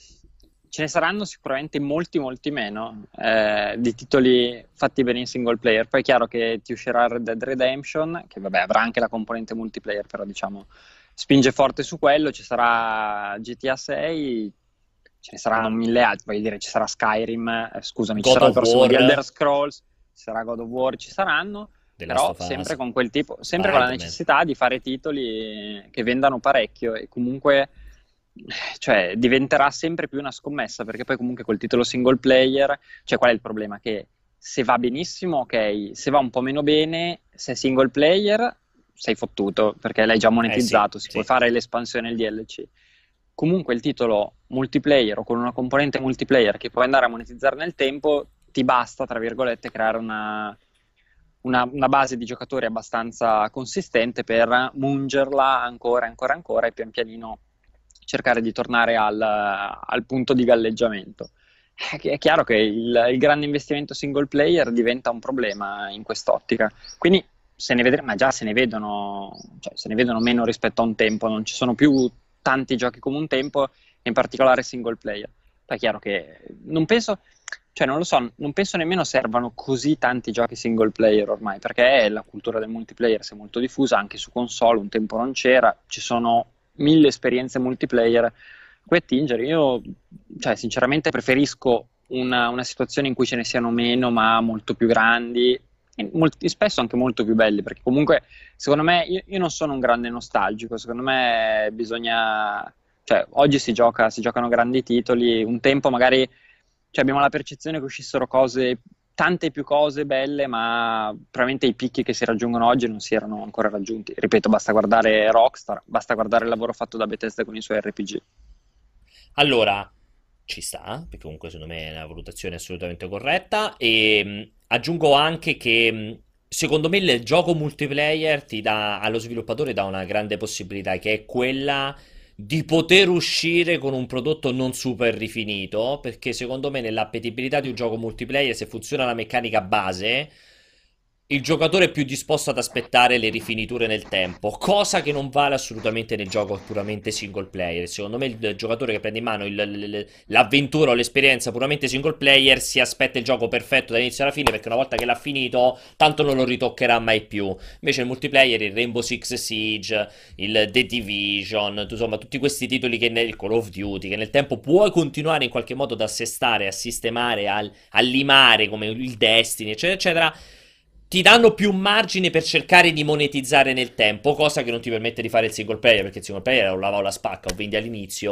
ce ne saranno sicuramente molti, molti meno eh, di titoli fatti bene in single player. Poi è chiaro che ti uscirà Red Dead Redemption, che vabbè avrà anche la componente multiplayer, però diciamo spinge forte su quello. Ci sarà G T A sei, ce ne saranno mille altri, voglio dire, ci sarà Skyrim, eh, scusami, ci God sarà il of prossimo di War, Elder Scrolls, ci sarà God of War, ci saranno, The Last però of Us, sempre con quel tipo, sempre con la Spider-Man. necessità di fare titoli che vendano parecchio e comunque, cioè, diventerà sempre più una scommessa, perché poi comunque col titolo single player, cioè qual è il problema? Che se va benissimo, ok, se va un po' meno bene, se è single player sei fottuto, perché l'hai già Eh sì, monetizzato, si può sì. fare l'espansione e il D L C. Comunque il titolo multiplayer o con una componente multiplayer che puoi andare a monetizzare nel tempo, ti basta, tra virgolette, creare una, una, una base di giocatori abbastanza consistente per mungerla ancora, ancora, ancora e pian pianino cercare di tornare al, al punto di galleggiamento. È è chiaro che il, il grande investimento single player diventa un problema in quest'ottica, quindi se ne vedremo, ma già se ne vedono, cioè, se ne vedono meno rispetto a un tempo, non ci sono più tanti giochi come un tempo, e in particolare single player. Poi è chiaro che non penso, cioè non lo so, non penso nemmeno servano così tanti giochi single player ormai, perché la cultura del multiplayer si è molto diffusa anche su console, un tempo non c'era, ci sono mille esperienze multiplayer a cui attingere. Io, cioè, sinceramente preferisco una, una situazione in cui ce ne siano meno, ma molto più grandi, e molti- spesso anche molto più belli, perché comunque, secondo me, io, io non sono un grande nostalgico, secondo me bisogna, cioè, oggi si gioca, si giocano grandi titoli, un tempo magari, cioè, abbiamo la percezione che uscissero cose, tante più cose belle, ma probabilmente i picchi che si raggiungono oggi non si erano ancora raggiunti. Ripeto, basta guardare Rockstar, basta guardare il lavoro fatto da Bethesda con i suoi R P G. Allora, ci sta, perché comunque secondo me è una valutazione assolutamente corretta. E mh, aggiungo anche che mh, secondo me il gioco multiplayer ti dà allo sviluppatore dà una grande possibilità, che è quella di poter uscire con un prodotto non super rifinito, perché secondo me nell'appetibilità di un gioco multiplayer, se funziona la meccanica base, il giocatore è più disposto ad aspettare le rifiniture nel tempo, cosa che non vale assolutamente nel gioco puramente single player. Secondo me il giocatore che prende in mano il- l- l'avventura o l'esperienza puramente single player si aspetta il gioco perfetto dall'inizio alla fine, perché una volta che l'ha finito tanto non lo ritoccherà mai più. Invece il multiplayer, il Rainbow Six Siege, il The Division, insomma tutti questi titoli che nel Call of Duty, che nel tempo puoi continuare in qualche modo ad assestare, a sistemare, al- a limare, come il Destiny, eccetera, eccetera, ti danno più margine per cercare di monetizzare nel tempo, cosa che non ti permette di fare il single player, perché il single player o lava o la spacca, o vendi all'inizio,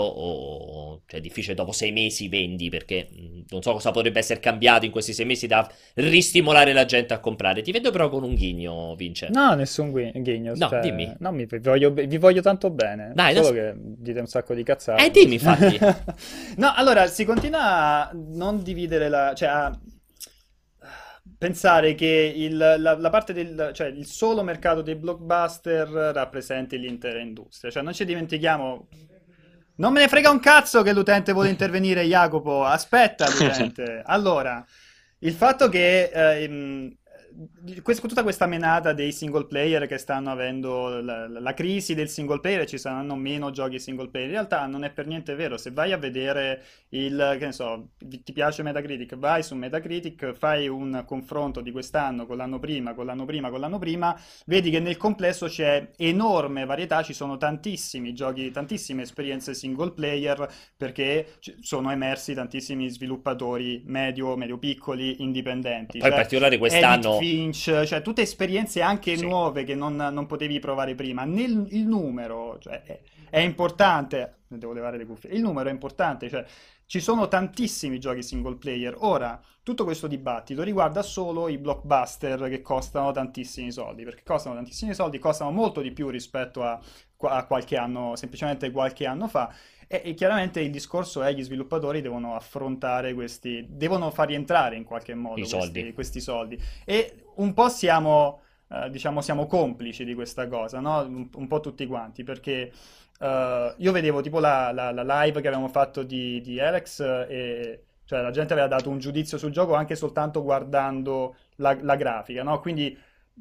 o cioè è difficile dopo sei mesi vendi, perché mh, non so cosa potrebbe essere cambiato in questi sei mesi da ristimolare la gente a comprare. Ti vedo però con un ghigno, Vince. No, nessun gui- ghigno. No, cioè, dimmi. no, mi, vi voglio, vi voglio tanto bene. Dai, Solo adesso- che dite un sacco di cazzate. Eh, dimmi, infatti. No, allora, si continua a non dividere la... cioè a pensare che il, la, la parte del... cioè il solo mercato dei blockbuster rappresenti l'intera industria. Cioè non ci dimentichiamo... Non me ne frega un cazzo che l'utente vuole intervenire, Jacopo. Aspetta, l'utente. Allora, il fatto che eh, ehm, quest- tutta questa menata dei single player che stanno avendo la, la- la crisi del single player, ci saranno meno giochi single player. In realtà non è per niente vero. Se vai a vedere il, che ne so, vi- ti piace Metacritic, vai su Metacritic, fai un confronto di quest'anno con l'anno prima, con l'anno prima, con l'anno prima, vedi che nel complesso c'è enorme varietà, ci sono tantissimi giochi, tantissime esperienze single player perché ci- sono emersi tantissimi sviluppatori medio, medio piccoli, indipendenti. Poi in Cioè, particolare Edith quest'anno, Finch, cioè tutte esperienze anche sì, nuove che non, non potevi provare prima. Nel, il numero, cioè, è, è importante, devo levare le cuffie, il numero è importante, cioè ci sono tantissimi giochi single player. Ora, tutto questo dibattito riguarda solo i blockbuster che costano tantissimi soldi, perché costano tantissimi soldi, costano molto di più rispetto a, a qualche anno, semplicemente qualche anno fa. E, e chiaramente il discorso è che gli sviluppatori devono affrontare questi, devono far rientrare in qualche i modo soldi. questi, questi soldi. E un po' siamo, eh, diciamo, siamo complici di questa cosa, no? Un, un po' tutti quanti, perché eh, io vedevo tipo la, la- la live che avevamo fatto di, di Alex eh, e cioè la gente aveva dato un giudizio sul gioco anche soltanto guardando la, la grafica, no? Quindi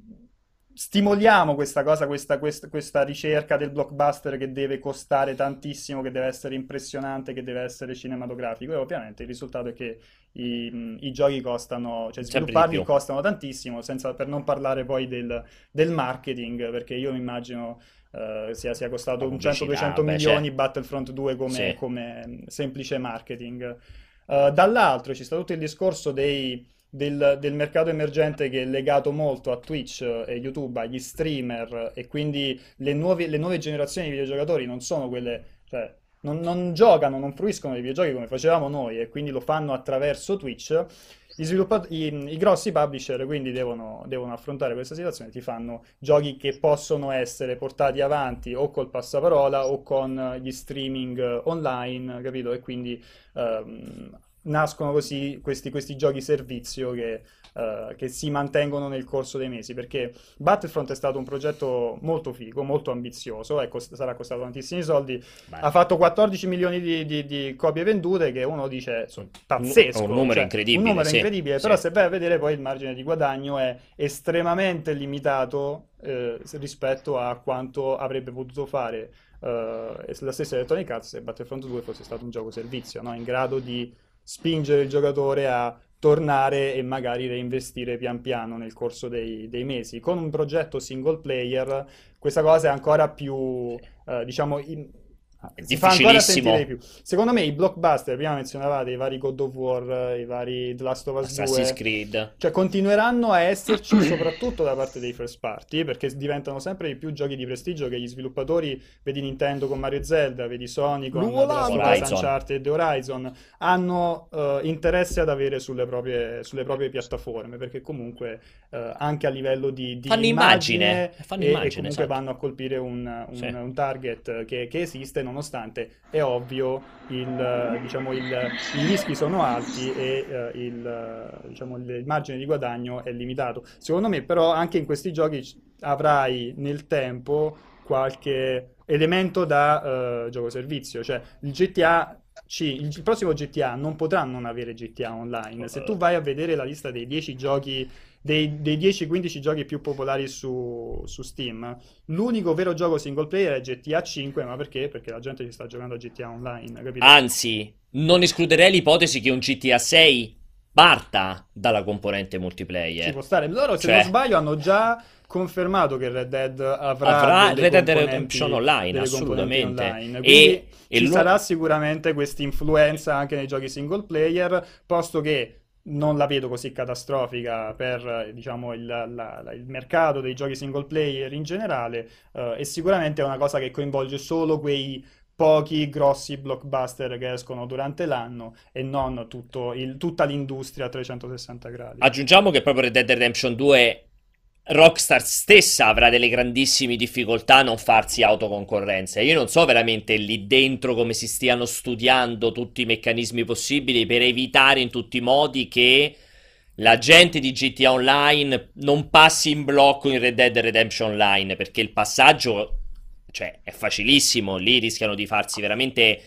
stimoliamo questa cosa, questa, questa- questa ricerca del blockbuster che deve costare tantissimo, che deve essere impressionante, che deve essere cinematografico. E ovviamente il risultato è che i, i giochi costano, cioè Sempre di svilupparli più. costano tantissimo, senza, per non parlare poi del, del marketing, perché io mi immagino eh, sia, sia La costato un pubblicità, cento-duecento beh, c'è. milioni Battlefront due come, Sì. come mm, semplice marketing. Eh, dall'altro ci sta tutto il discorso dei del, del mercato emergente che è legato molto a Twitch e YouTube, agli streamer e quindi le nuove, le nuove generazioni di videogiocatori non sono quelle, cioè non, non giocano, non fruiscono i videogiochi come facevamo noi e quindi lo fanno attraverso Twitch. Gli sviluppat- i, i grossi publisher quindi devono, devono affrontare questa situazione, ti fanno giochi che possono essere portati avanti o col passaparola o con gli streaming online, capito? E quindi ehm, nascono così questi, questi giochi servizio che, eh, che si mantengono nel corso dei mesi, perché Battlefront è stato un progetto molto figo, molto ambizioso, è cost- sarà costato tantissimi soldi, Beh, ha fatto quattordici milioni di, di- di copie vendute, che uno dice sono un, un pazzesco, numero cioè un incredibile, numero sì, incredibile, sì. però se vai a vedere poi il margine di guadagno è estremamente limitato eh, rispetto a quanto avrebbe potuto fare eh, la stessa Electronic Arts se Battlefront due fosse stato un gioco servizio, no? In grado di spingere il giocatore a tornare e magari reinvestire pian piano nel corso dei, dei mesi. Con un progetto single player questa cosa è ancora più, eh, diciamo, in- È si fa ancora sentire di difficilissimo. più. Secondo me i blockbuster, prima menzionavate i vari God of War, i vari The Last of Us Assassin's due, Creed. cioè continueranno a esserci soprattutto da parte dei first party, perché diventano sempre di più giochi di prestigio che gli sviluppatori, vedi Nintendo con Mario e Zelda, vedi Sony con The Last of Us, Horizon. Uncharted e Horizon, hanno eh, interesse ad avere sulle proprie, sulle proprie piattaforme, perché comunque eh, anche a livello di, di Fanno immagine. immagine Fanno e, e immagine, comunque esatto. vanno a colpire un, un- Sì. un target che, che esiste, nonostante è ovvio il, eh, diciamo, il- i rischi sono alti e eh, il, eh, diciamo, il, il margine di guadagno è limitato. Secondo me, però, anche in questi giochi c- avrai nel tempo qualche elemento da eh, gioco servizio, cioè il G T A. C, il, il prossimo G T A non potrà non avere G T A online. Se tu vai a vedere la lista dei dieci giochi, dei, dei dieci quindici giochi più popolari su, su Steam, l'unico vero gioco single player è G T A cinque, ma perché? Perché la gente ci sta giocando a G T A online, capito? Anzi, non escluderei l'ipotesi che un G T A sei parta dalla componente Ci multiplayer. può stare. Loro, se Cioè- non sbaglio, hanno già confermato che Red Dead avrà, Avrà delle Red Dead componenti- Redemption Online, delle componenti assolutamente. online. E- Quindi e ci lo- sarà sicuramente questa influenza anche nei giochi single player, posto che non la vedo così catastrofica per, eh, diciamo, il, la- la- il mercato dei giochi single player in generale, eh, e sicuramente è una cosa che coinvolge solo quei pochi grossi blockbuster che escono durante l'anno e non tutto il- tutta l'industria a trecentosessanta gradi. Aggiungiamo che proprio Red Dead Redemption due Rockstar stessa avrà delle grandissime difficoltà a non farsi autoconcorrenza. Io non so veramente lì dentro come si stiano studiando tutti i meccanismi possibili per evitare in tutti i modi che la gente di G T A Online non passi in blocco in Red Dead Redemption Online, perché il passaggio, cioè, è facilissimo. Lì rischiano di farsi veramente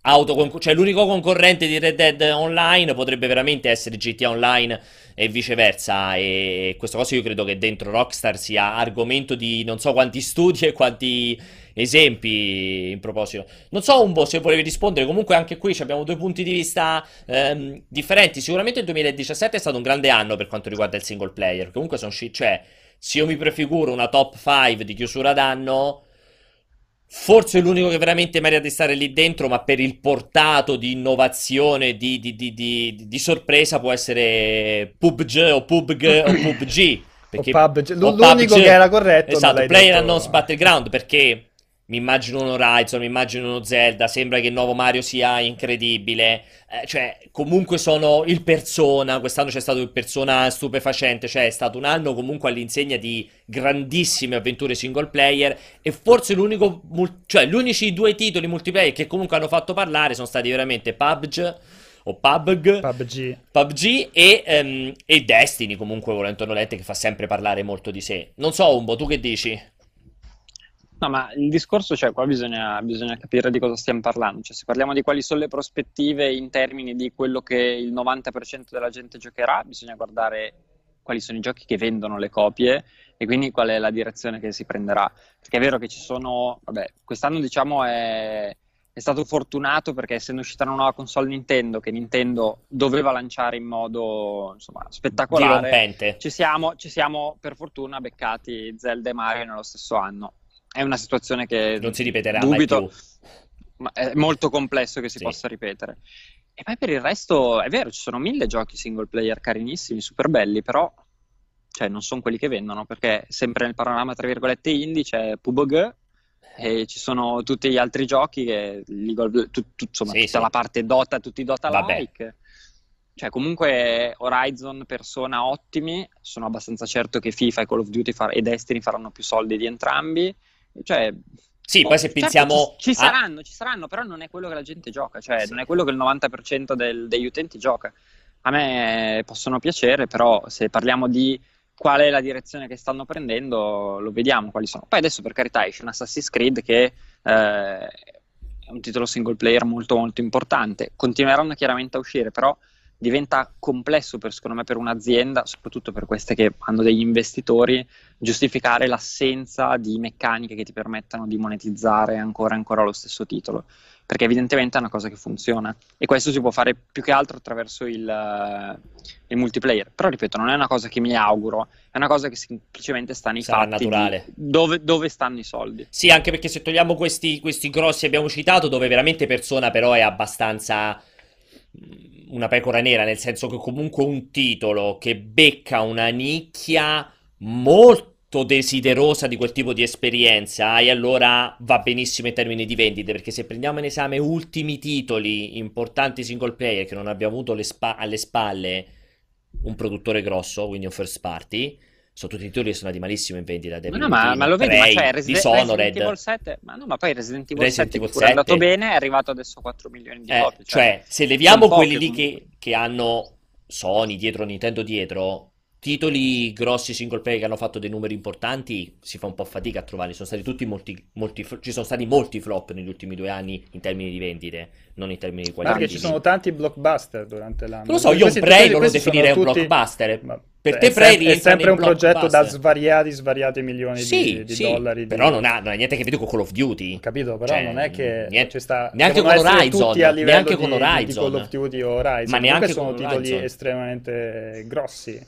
autoconcor- cioè l'unico concorrente di Red Dead Online potrebbe veramente essere G T A Online e viceversa. E questa cosa io credo che dentro Rockstar sia argomento di non so quanti studi e quanti esempi in proposito. Non so, Umbo, se volevi rispondere. Comunque anche qui abbiamo due punti di vista ehm, differenti. Sicuramente il duemiladiciassette è stato un grande anno per quanto riguarda il single player. Comunque sono sci- cioè, se io mi prefiguro una top cinque di chiusura d'anno, forse l'unico che veramente merita di stare lì dentro, ma per il portato di innovazione, di, di, di, di, di sorpresa, può essere P U B G o P U B G o P U B G. Perché, o P U B G. o L'unico P U B G, che era corretto, esatto, non l'hai Player detto. Unknown's Battleground, perché mi immagino un Horizon, mi immagino uno Zelda, sembra che il nuovo Mario sia incredibile, eh, cioè comunque sono il Persona, quest'anno c'è stato il Persona stupefacente, cioè è stato un anno comunque all'insegna di grandissime avventure single player e forse l'unico, mul- cioè gli unici due titoli multiplayer che comunque hanno fatto parlare sono stati veramente P U B G o P U B G, P U B G. P U B G e, ehm, e Destiny comunque volente o nolente che fa sempre parlare molto di sé. Non so, Umbo, tu che dici? No, ma il discorso, cioè, qua bisogna, bisogna capire di cosa stiamo parlando. Cioè, se parliamo di quali sono le prospettive in termini di quello che il novanta per cento della gente giocherà, bisogna guardare quali sono i giochi che vendono le copie e quindi qual è la direzione che si prenderà. Perché è vero che ci sono, vabbè, quest'anno diciamo è, è stato fortunato perché essendo uscita una nuova console Nintendo che Nintendo doveva lanciare in modo, insomma, spettacolare, Dirompente. ci siamo, ci siamo per fortuna beccati Zelda e Mario nello stesso anno. È una situazione che Non si ripeterà dubito, mai più. ma è molto complesso che si Sì. possa ripetere. E poi per il resto è vero, ci sono mille giochi single player carinissimi, super belli, però cioè, non sono quelli che vendono, perché sempre nel panorama tra virgolette indie c'è P U B G e ci sono tutti gli altri giochi che League of- tu- tu- insomma, Sì, tutta sì. la parte Dota, tutti i Dota Vabbè. like. Cioè, comunque Horizon, Persona ottimi, sono abbastanza certo che FIFA e Call of Duty far- e Destiny faranno più soldi di entrambi. Cioè, Sì, boh, poi se certo, pensiamo ci, ci a- saranno, ci saranno, però non è quello che la gente gioca, cioè Sì. non è quello che il novanta per cento del- degli utenti gioca. A me possono piacere, però se parliamo di qual è la direzione che stanno prendendo, lo vediamo quali sono. Poi adesso per carità esce un Assassin's Creed che eh, è un titolo single player molto molto importante, continueranno chiaramente a uscire, però diventa complesso per, secondo me per un'azienda, soprattutto per queste che hanno degli investitori, giustificare l'assenza di meccaniche che ti permettano di monetizzare ancora e ancora lo stesso titolo, perché evidentemente è una cosa che funziona e questo si può fare più che altro attraverso il, uh, il multiplayer, però ripeto non è una cosa che mi auguro, è una cosa che semplicemente sta nei Sarà fatti naturale. di dove, dove stanno i soldi. Sì, anche perché se togliamo questi, questi grossi che abbiamo citato, dove veramente Persona però è abbastanza mh, una pecora nera, nel senso che comunque un titolo che becca una nicchia molto desiderosa di quel tipo di esperienza e allora va benissimo in termini di vendite, perché se prendiamo in esame ultimi titoli importanti single player che non abbiamo avuto le spa- alle spalle un produttore grosso, quindi un first party, sono tutti titoli che sono andati malissimo in vendita. Ma no, ma, ma lo vedi, ma Prey, cioè Reside- Dishonored. Resident Evil sette, ma no, ma poi Resident Evil Resident sette Evil che pure è andato sette. bene, è arrivato adesso a quattro milioni di Eh, copie. cioè, se leviamo sono quelli poche lì comunque. che, che hanno Sony dietro, Nintendo dietro, titoli grossi single player che hanno fatto dei numeri importanti, si fa un po' fatica a trovarli. Sono stati tutti molti, molti fl- ci sono stati molti flop negli ultimi due anni in termini di vendite, non in termini di Ma qualità. perché ci sono tanti blockbuster durante l'anno. Non lo so, io un Questi- Prey non lo questi sono definirei un tutti- blockbuster. Ma- Per cioè, te è Prey sem- è rientra sempre nei un progetto da blockbuster. svariati, svariati milioni Sì, di, di sì, dollari. però di... non ha, non ha niente a che vedere con Call of Duty. Ho capito, però Cioè, non è che niente- ci sta, neanche devono con essere Horizon, tutti a livello neanche di, con di- di Horizon. Call of Duty o Horizon. Ma neanche Comunque sono con titoli Horizon. estremamente grossi.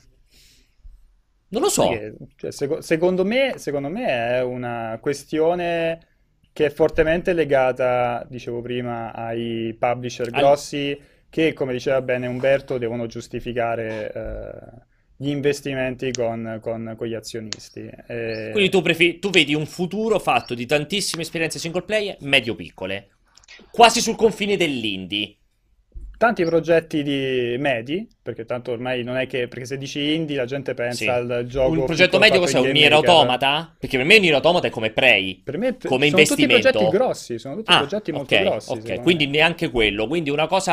Non lo so. Perché, cioè, seco- secondo me, secondo me è una questione che è fortemente legata, dicevo prima, ai publisher Al- grossi che, come diceva bene Umberto, devono giustificare eh, gli investimenti con, con- con gli azionisti. E- Quindi tu, prefi- tu vedi un futuro fatto di tantissime esperienze single player medio-piccole, quasi sul confine dell'indie. Tanti progetti di medi, perché tanto ormai non è che, perché se dici indie la gente pensa Sì. al gioco Un progetto piccolo medio fatto cos'è? in Un Game Nier Maker. Automata? Perché per me Nier Automata è come Prey, Per me come sono tutti investimento. progetti grossi, sono tutti Ah, progetti molto ok, grossi, ok, secondo quindi me. neanche quello, quindi una cosa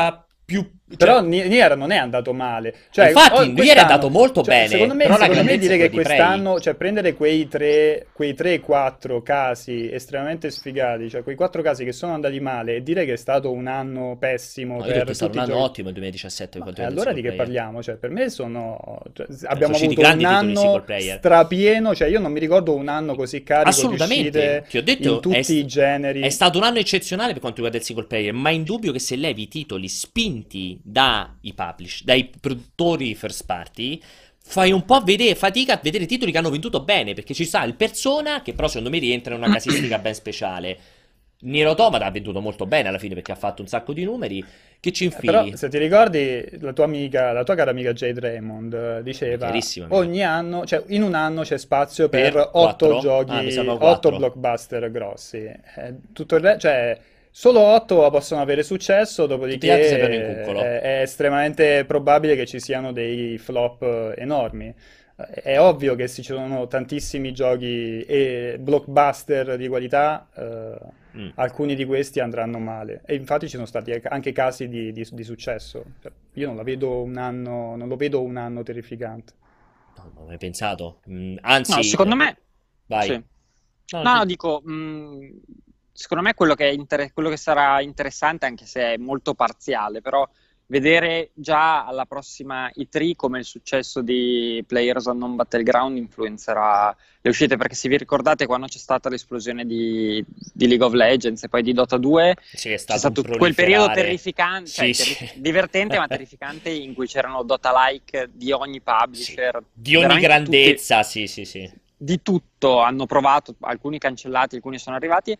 più... cioè- Però Ni- Nier non è andato male. Cioè, Infatti, o- Nier è quest'anno- andato molto cioè, bene, Secondo me, però la secondo me grandezza dire è che quella di Prey. quest'anno, cioè prendere quei tre, quei tre quattro casi estremamente sfigati, cioè quei quattro casi che sono andati male e dire che è stato un anno pessimo No, io ho detto per che è stato tutti un i anno giochi. ottimo il duemiladiciassette per Ma quanto e riguarda il allora di single che player. parliamo? Cioè, per me sono, cioè, Sono abbiamo usciti avuto grandi un titoli single anno player. strapieno, cioè io non mi ricordo un anno così carico di Assolutamente, uscite ti ho in detto, è, tutti st- i generi. è stato un anno eccezionale per quanto riguarda il single player, ma è indubbio che se levi i titoli spinti dai publish, dai produttori first party, fai un po' vedere, fatica a vedere titoli che hanno venduto bene, perché ci sta il Persona, che però secondo me rientra in una casistica ben speciale. Nier Automata ha venduto molto bene alla fine perché ha fatto un sacco di numeri. Che ci Eh, Però infili? se ti ricordi, la tua amica, la tua cara amica Jade Raymond eh, diceva Chiarissima amica. ogni anno, cioè in un anno c'è spazio Per per otto quattro? Ah, giochi, pensavo otto quattro. blockbuster grossi. Eh, tutto il re- cioè solo otto possono avere successo, Tutti gli altri si prendono in dopodiché cuccolo. è, è estremamente probabile che ci siano dei flop eh, enormi. Eh, È ovvio che se ci sono tantissimi giochi e blockbuster di qualità, eh, Mm. alcuni di questi andranno male. E infatti ci sono stati anche casi di, di- di successo. Cioè, io non la vedo un anno, non lo vedo un anno terrificante. No, non ho mai pensato. Mm, No, anzi, secondo eh, me, vai. sì. No, No, no, di- dico, mh, secondo me quello che, è inter- quello che sarà interessante, anche se è molto parziale, però vedere già alla prossima E tre come il successo di PlayerUnknown's Battleground influenzerà le uscite, perché se vi ricordate quando c'è stata l'esplosione di, di League of Legends e poi di Dota due, sì, è c'è stato un stato quel periodo proliferare. terrificante, cioè Sì, terri- sì. divertente ma terrificante, in cui c'erano Dota-like di ogni Sì. publisher, Di ogni veramente tutti, grandezza, sì, sì, sì. di tutto hanno provato, alcuni cancellati, alcuni sono arrivati.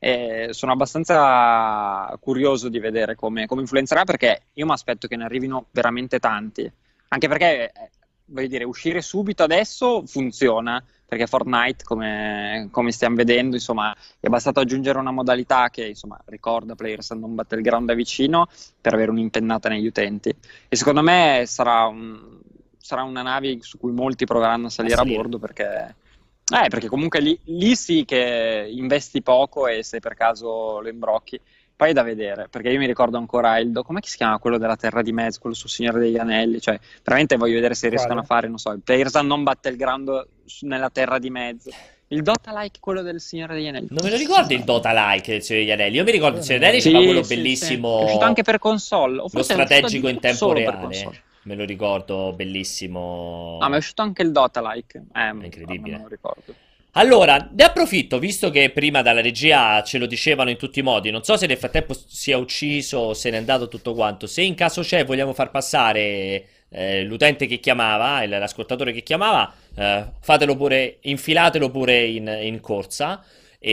E sono abbastanza curioso di vedere come, come influenzerà, perché io mi aspetto che ne arrivino veramente tanti, anche perché eh, voglio dire, uscire subito adesso funziona, perché Fortnite, come, come stiamo vedendo, insomma, è bastato aggiungere una modalità che, insomma, ricorda PlayerUnknown's Battleground da vicino per avere un'impennata negli utenti, e secondo me sarà, un- sarà una nave su cui molti proveranno a A salire a salire. bordo, perché eh, perché comunque lì, lì sì che investi poco, e se per caso lo imbrocchi, poi è da vedere, perché io mi ricordo ancora il, do- com'è che si chiama quello della Terra di Mezzo, quello sul Signore degli Anelli, cioè veramente voglio vedere se riescono a Quale? fare, non so, il PlayerUnknown's Battleground su- nella Terra di Mezzo, il Dota-like, quello del Signore degli Anelli, Non me come lo si ricordi il chiama? Dota-like del Signore degli Anelli? Io mi ricordo il Quello Signore non degli me lo Anelli ricordo. c'era quello Sì, sì, sì, è uscito bellissimo, anche per console, o lo forse è uscito strategico in addirittura tempo solo per reale. console. Me lo ricordo, Ah, ma è bellissimo. uscito anche il Dota-like, eh, È ma non me incredibile. lo ricordo. Allora, ne approfitto, visto che prima dalla regia ce lo dicevano in tutti i modi, non so se nel frattempo si è ucciso o se n'è andato tutto quanto, se in caso c'è vogliamo far passare eh, l'utente che chiamava, il- l'ascoltatore che chiamava, eh, fatelo pure, infilatelo pure in, in corsa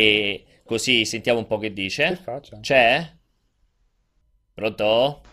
e così sentiamo un po' che Che dice. faccia? C'è? Pronto?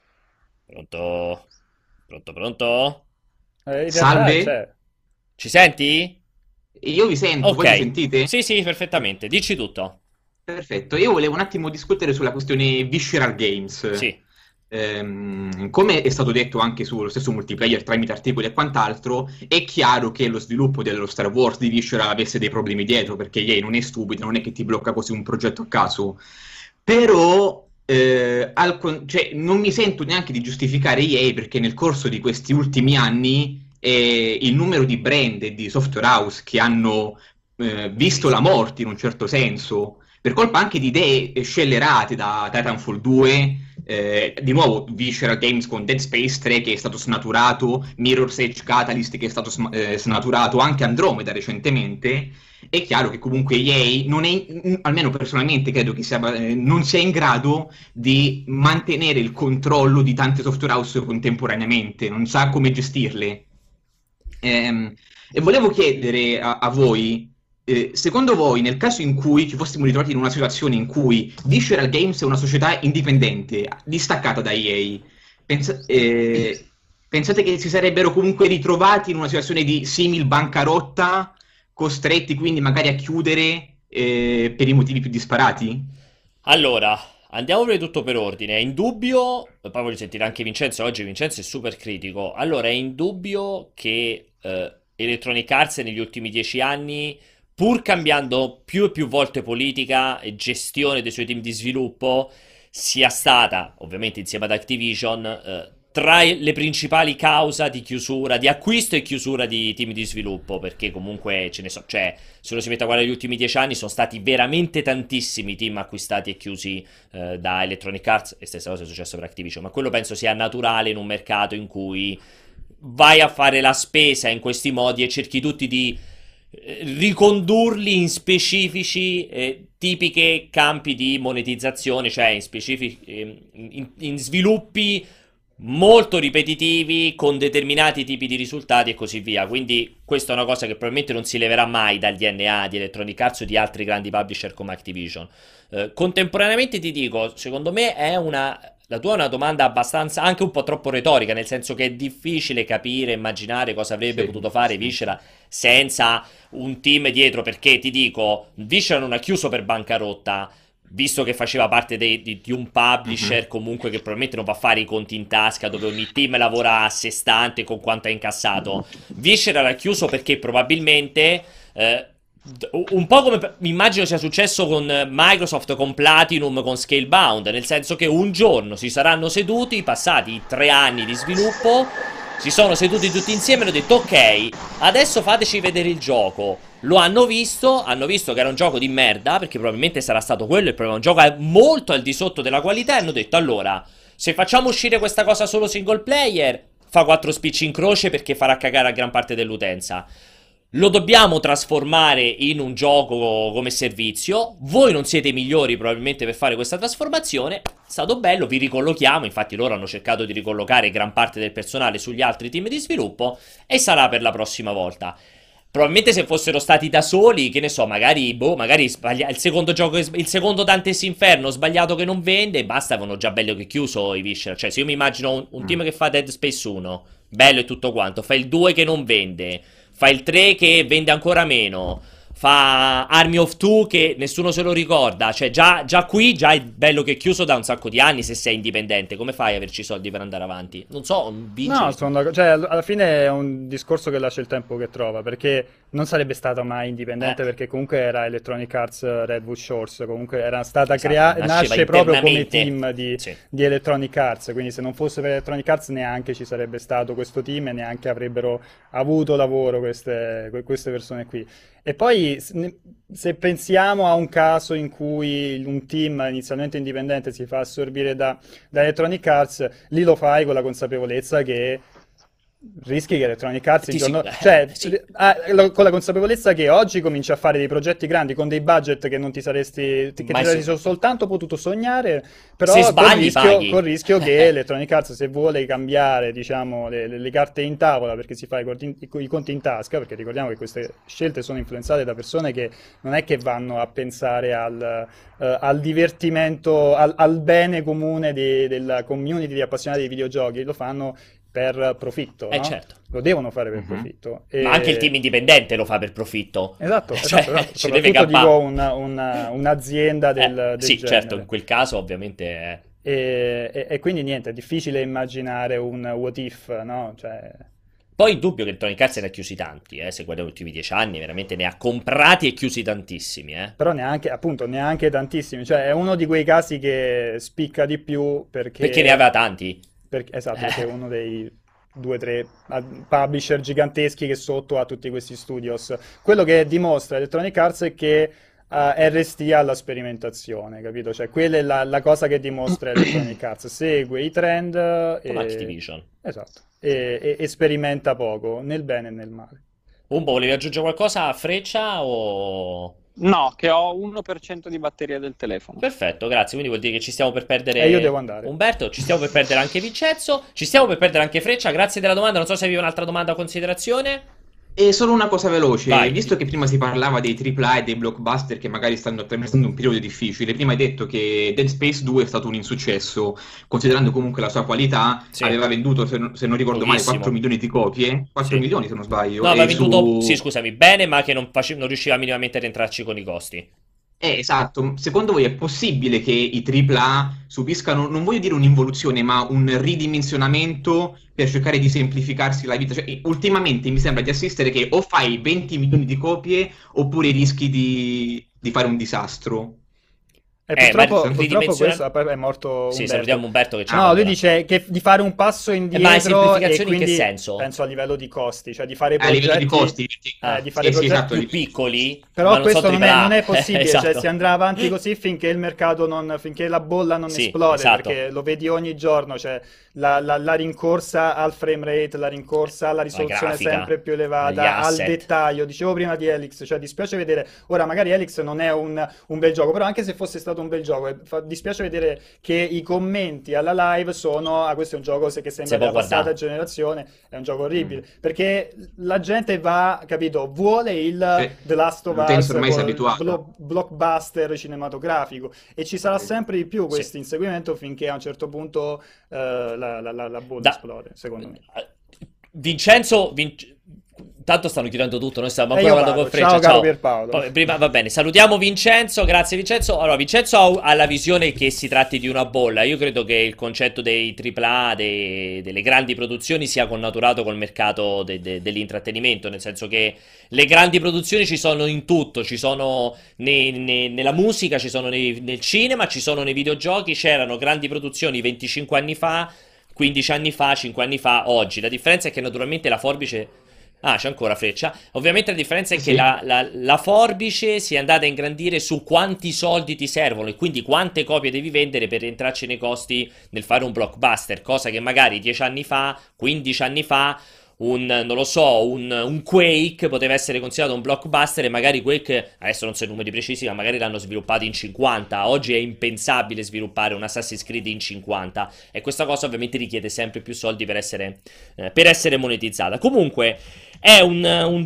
Pronto? Pronto, pronto? Eh, in realtà Salve, c'è. Ci senti? io vi sento, voi mi Ok, sentite? sì, sì, perfettamente, dici tutto. Perfetto, io volevo un attimo discutere sulla questione Visceral Games. Sì. Ehm, come è stato detto anche sullo stesso multiplayer tramite articoli e quant'altro, è chiaro che lo sviluppo dello Star Wars di Visceral avesse dei problemi dietro, perché E A non è stupido, non è che ti blocca così un progetto a caso. Però eh, al con- cioè, non mi sento neanche di giustificare E A, perché nel corso di questi ultimi anni eh, il numero di brand e di software house che hanno eh, visto la morte in un certo senso, per colpa anche di idee scellerate da Titanfall due, eh, di nuovo Visceral Games con Dead Space tre che è stato snaturato, Mirror's Edge Catalyst che è stato sma- eh, snaturato, anche Andromeda recentemente. È chiaro che comunque E A non è, almeno personalmente credo che sia, eh, non sia in grado di mantenere il controllo di tante software house contemporaneamente, non sa come gestirle. Ehm, e volevo chiedere a, a voi, eh, secondo voi, nel caso in cui ci fossimo ritrovati in una situazione in cui Visceral Games è una società indipendente, distaccata da E A, pensa- eh, pensate che si sarebbero comunque ritrovati in una situazione di simil bancarotta, costretti quindi magari a chiudere eh, per i motivi più disparati? Allora, andiamo prima di tutto per ordine. È indubbio, poi voglio sentire anche Vincenzo, oggi Vincenzo è super critico. Allora, è indubbio che eh, Electronic Arts negli ultimi dieci anni, pur cambiando più e più volte politica e gestione dei suoi team di sviluppo, sia stata, ovviamente insieme ad Activision, eh, tra le principali cause di chiusura, di acquisto e chiusura di team di sviluppo, perché comunque ce ne so, cioè, se uno si mette a guardare gli ultimi dieci anni, sono stati veramente tantissimi team acquistati e chiusi eh, da Electronic Arts, e stessa cosa è successo per Activision, ma quello penso sia naturale in un mercato in cui vai a fare la spesa in questi modi e cerchi tutti di eh, ricondurli in specifici eh, tipiche campi di monetizzazione, cioè in specifici eh, in, in sviluppi molto ripetitivi con determinati tipi di risultati e così via. Quindi questa è una cosa che probabilmente non si leverà mai dal D N A di Electronic Arts o di altri grandi publisher come Activision. Eh, contemporaneamente ti dico, secondo me è una la tua è una domanda abbastanza anche un po' troppo retorica, nel senso che è difficile capire, immaginare cosa avrebbe Sì, potuto fare sì. Viscera senza un team dietro, perché ti dico, Viscera non ha chiuso per bancarotta, visto che faceva parte dei- di, di un publisher Mhm. comunque che probabilmente non va a fare i conti in tasca, dove ogni team lavora a sé stante con quanto ha incassato. Viscera l'ha chiuso perché probabilmente eh, d- un po' come per- mi immagino sia successo con eh, Microsoft, con Platinum, con Scalebound, nel senso che un giorno si saranno seduti, passati tre anni di sviluppo, si sono seduti tutti insieme e hanno detto ok, adesso fateci vedere il gioco. Lo hanno visto, hanno visto che era un gioco di merda, perché probabilmente sarà stato quello il problema, un gioco molto al di sotto della qualità, e hanno detto allora, se facciamo uscire questa cosa solo single player, fa quattro spicci in croce perché farà cagare a gran parte dell'utenza. Lo dobbiamo trasformare in un gioco come servizio. Voi non siete i migliori probabilmente per fare questa trasformazione. È stato bello, vi ricollochiamo. Infatti loro hanno cercato di ricollocare gran parte del personale sugli altri team di sviluppo e sarà per la prossima volta. Probabilmente se fossero stati da soli, che ne so, magari, boh, magari sbaglia- il secondo gioco, il secondo Dante's Inferno sbagliato che non vende, e basta, avevano già bello che chiuso i Viscera. Cioè, se io mi immagino un, un team che fa Dead Space uno, bello e tutto quanto, fa il due che non vende, fa il tre che vende ancora meno, fa Army of Two che nessuno se lo ricorda. Cioè, già, già qui, già è bello che è chiuso da un sacco di anni se sei indipendente. Come fai ad averci i soldi per andare avanti? Non so, vinci. No, sono d'accordo. Cioè, all- alla fine è un discorso che lascia il tempo che trova, perché non sarebbe stato mai indipendente, Eh. perché comunque era Electronic Arts Redwood Shores, comunque era stata Esatto, creata, nasceva nasce proprio come internamente. team di, Sì. di Electronic Arts, quindi se non fosse per Electronic Arts neanche ci sarebbe stato questo team e neanche avrebbero avuto lavoro queste, que- queste persone qui. E poi s- ne- se pensiamo a un caso in cui un team inizialmente indipendente si fa assorbire da, da Electronic Arts, lì lo fai con la consapevolezza che rischi che Electronic Arts il Ti si- giorno... eh, cioè, sì. ah, lo- con la consapevolezza che oggi cominci a fare dei progetti grandi con dei budget che non ti saresti, che ti Mai saresti so- soltanto potuto sognare, però Se col sbagli, rischio, paghi. col rischio che Electronic Arts, se vuole cambiare, diciamo, le, le- le carte in tavola perché si fa i conti, i- i conti in tasca, perché ricordiamo che queste scelte sono influenzate da persone che non è che vanno a pensare al, eh, al divertimento, al, al bene comune de- della community di appassionati di videogiochi, lo fanno per profitto, Eh no? certo. Lo devono fare per Mhm. profitto. Ma E- anche il team indipendente lo fa per profitto. Esatto, Cioè, esatto, esatto. ci deve Soprattutto campare. dico una- una- un'azienda del, Eh, del sì, genere. certo, in quel caso ovviamente è... E, e- e quindi niente, è difficile immaginare un what if, no? Cioè, Poi è indubbio che Electronic Arts ne ha chiusi tanti, eh, se guardiamo gli ultimi dieci anni, veramente ne ha comprati e chiusi tantissimi, eh. però neanche, appunto, neanche tantissimi. Cioè, è uno di quei casi che spicca di più perché... Perché ne aveva tanti. perché- esatto, Eh. perché è uno dei due o tre publisher giganteschi che sotto ha tutti questi studios. Quello che dimostra Electronic Arts è che uh, R S T ha la sperimentazione, capito? Cioè, quella è la, la cosa che dimostra Electronic Arts. Segue i trend Come e... Activision. Esatto, e, e- e sperimenta poco, nel bene e nel male. Umbo, volevi aggiungere qualcosa a Freccia o... No, che ho uno per cento di batteria del telefono. Perfetto, grazie. Quindi vuol dire che ci stiamo per perdere E io devo andare. Umberto, ci stiamo per perdere anche Vincenzo, ci stiamo per perdere anche Freccia. Grazie della domanda. Non so se avevi un'altra domanda o considerazione. E solo una cosa veloce, Vai. visto che prima si parlava dei tripla A e dei blockbuster che magari stanno attraversando un periodo difficile, prima hai detto che Dead Space due è stato un insuccesso, considerando comunque la sua qualità, Sì. aveva venduto, se non, se non ricordo male, Pochissimo. quattro milioni di copie, quattro Sì. milioni se non sbaglio, No, e aveva venduto, su- sì, scusami, bene, ma che non, face- non riusciva minimamente a rientrarci con i costi. Eh, esatto, secondo voi è possibile che i tripla A subiscano, non voglio dire un'involuzione, ma un ridimensionamento per cercare di semplificarsi la vita? Cioè, eh, ultimamente mi sembra di assistere che o fai venti milioni di copie oppure rischi di, di fare un disastro. E Eh, ma purtroppo, purtroppo ridimensionare... questo poi è morto Sì, Umberto. salutiamo Umberto che ci No, lui guarderà. dice che di fare un passo Eh, ma indietro e semplificazioni in che quindi senso? penso a livello di costi, cioè di fare A livello di progetti, costi, eh, Ah, di fare sì, sì, esatto, a progetti. più livello di costi. piccoli, ma Però non so questo non è, non tripla A. è possibile, cioè si Esatto. andrà avanti così finché il mercato non, finché la bolla non Sì, esplode, esatto. perché lo vedi ogni giorno, cioè la, la- la rincorsa al frame rate, la rincorsa alla La risoluzione grafica, sempre più agli elevata, al asset. dettaglio. Dicevo prima di Helix, cioè dispiace vedere, ora magari Helix non è un, un bel gioco, però anche se fosse stato un bel gioco, eh, fa- dispiace vedere che i commenti alla live sono, ah, questo è un gioco se- che Se sembra può della passata guardare. generazione, è un gioco orribile, Mm. perché la gente va, capito, vuole il Cioè, The Last of l'utenza Us, ormai si è col abituata. blo- blockbuster cinematografico, e ci sarà sempre di più Sì. questo inseguimento finché a un certo punto eh, la, la- la- la bolla Da... esplode, secondo me. Vincenzo, Vinc- tanto stanno chiudendo tutto, noi stiamo E ancora io parlando vado, con Freccia. ciao caro Ciao. Pierpaolo. Poi, prima va bene, salutiamo Vincenzo, grazie Vincenzo. Allora, Vincenzo ha ha la visione che si tratti di una bolla. Io credo che il concetto dei tripla A, dei- delle grandi produzioni, sia connaturato col mercato de- de- dell'intrattenimento, nel senso che le grandi produzioni ci sono in tutto, ci sono nei- nei- nella musica, ci sono nei- nel cinema, ci sono nei videogiochi, c'erano grandi produzioni venticinque anni fa, quindici anni fa, cinque anni fa, oggi. La differenza è che naturalmente la forbice... Ah, c'è ancora Freccia. Ovviamente la differenza è che Sì. la, la- la forbice si è andata a ingrandire su quanti soldi ti servono e quindi quante copie devi vendere per entrarci nei costi nel fare un blockbuster, cosa che magari dieci anni fa, quindici anni fa, un, non lo so, un, un Quake poteva essere considerato un blockbuster e magari Quake, adesso non so i numeri precisi, ma magari l'hanno sviluppato in cinquanta. Oggi è impensabile sviluppare un Assassin's Creed in cinquanta e questa cosa ovviamente richiede sempre più soldi per essere, eh, per essere monetizzata. Comunque è un, un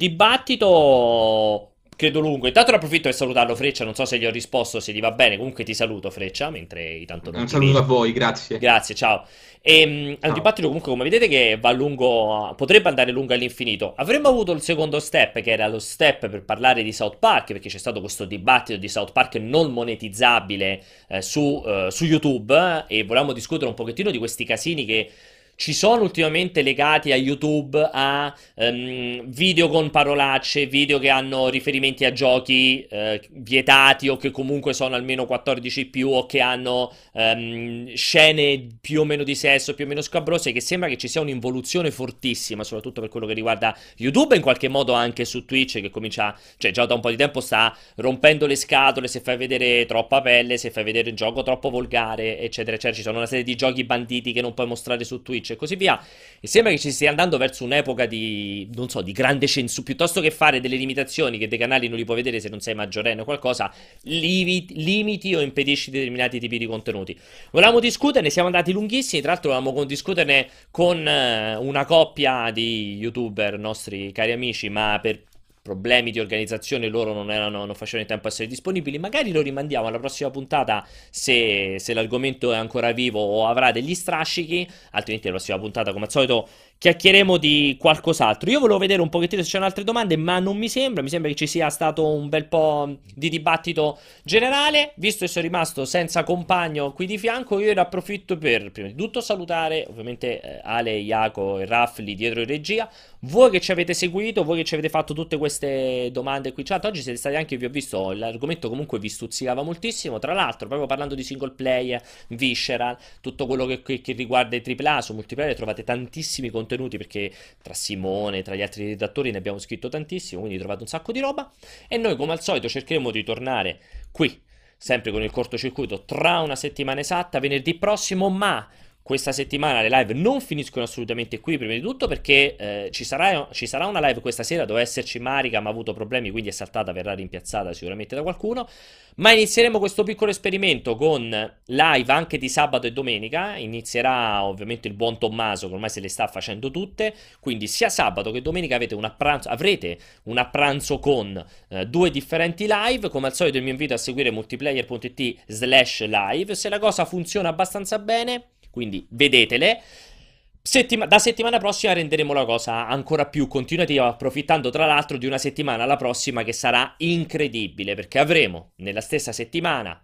dibattito credo lungo. Intanto ne approfitto per salutarlo Freccia, non so se gli ho risposto, se gli va bene, comunque ti saluto Freccia, mentre intanto non Un ti saluto vedo. a voi, grazie. Grazie, ciao. Ehm, è un Ciao. dibattito comunque, come vedete, che va lungo, potrebbe andare lungo all'infinito. Avremmo avuto il secondo step, che era lo step per parlare di South Park, perché c'è stato questo dibattito di South Park non monetizzabile eh, su, eh, su YouTube, eh, e volevamo discutere un pochettino di questi casini che ci sono ultimamente legati a YouTube, a ehm, video con parolacce, video che hanno riferimenti a giochi eh, vietati o che comunque sono almeno quattordici più o che hanno ehm, scene più o meno di sesso, più o meno scabrose, che sembra che ci sia un'involuzione fortissima, soprattutto per quello che riguarda YouTube e in qualche modo anche su Twitch, che comincia, cioè già da un po' di tempo sta rompendo le scatole se fai vedere troppa pelle, se fai vedere un gioco troppo volgare, eccetera, eccetera. Ci sono una serie di giochi banditi che non puoi mostrare su Twitch e così via. E sembra che ci stia andando verso un'epoca di, non so, di grande censura. Piuttosto che fare delle limitazioni che dei canali non li puoi vedere se non sei maggiorenne o qualcosa, limiti, limiti o impedisci determinati tipi di contenuti. Volevamo discuterne, siamo andati lunghissimi. Tra l'altro, volevamo discuterne con eh, una coppia di youtuber, nostri cari amici, ma per problemi di organizzazione loro non erano, non facevano in tempo a essere disponibili. Magari lo rimandiamo alla prossima puntata se, se l'argomento è ancora vivo o avrà degli strascichi, altrimenti alla prossima puntata come al solito chiacchieremo di qualcos'altro. Io volevo vedere un pochettino se c'erano altre domande, ma non mi sembra, mi sembra che ci sia stato un bel po' di dibattito generale. Visto che sono rimasto senza compagno qui di fianco, io ne approfitto per prima di tutto salutare ovviamente eh, Ale, Iaco e Raffli dietro in regia. Voi che ci avete seguito, voi che ci avete fatto tutte queste domande qui in chat, oggi siete stati anche, vi ho visto, l'argomento comunque vi stuzzicava moltissimo. Tra l'altro, proprio parlando di single player, Visceral, tutto quello che, che, che riguarda i tripla A, su multiplayer trovate tantissimi contenuti, perché tra Simone, tra gli altri redattori ne abbiamo scritto tantissimo, quindi trovate un sacco di roba. E noi come al solito cercheremo di tornare qui, sempre con il cortocircuito, tra una settimana esatta, venerdì prossimo, ma... questa settimana le live non finiscono assolutamente qui, prima di tutto perché eh, ci sarà, ci sarà una live questa sera, doveva esserci Marica ma ha avuto problemi, quindi è saltata, verrà rimpiazzata sicuramente da qualcuno, ma inizieremo questo piccolo esperimento con live anche di sabato e domenica. Inizierà ovviamente il buon Tommaso che ormai se le sta facendo tutte, quindi sia sabato che domenica avete un appranzo, avrete un appranzo con eh, due differenti live. Come al solito il mio invito è a seguire multiplayer.it slash live, se la cosa funziona abbastanza bene, quindi vedetele. Settima- da settimana prossima renderemo la cosa ancora più continuativa, approfittando tra l'altro di una settimana la prossima che sarà incredibile, perché avremo nella stessa settimana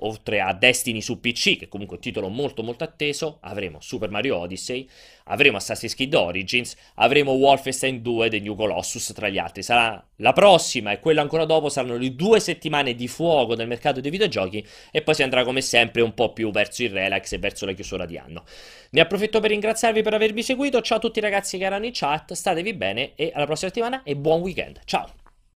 oltre a Destiny su P C, che comunque è un titolo molto molto atteso, avremo Super Mario Odyssey, avremo Assassin's Creed Origins, avremo Wolfenstein due The New Colossus tra gli altri. Sarà la prossima e quella ancora dopo saranno le due settimane di fuoco nel mercato dei videogiochi e poi si andrà come sempre un po' più verso il relax e verso la chiusura di anno. Ne approfitto per ringraziarvi per avermi seguito, ciao a tutti i ragazzi che erano in chat, statevi bene e alla prossima settimana e buon weekend, ciao!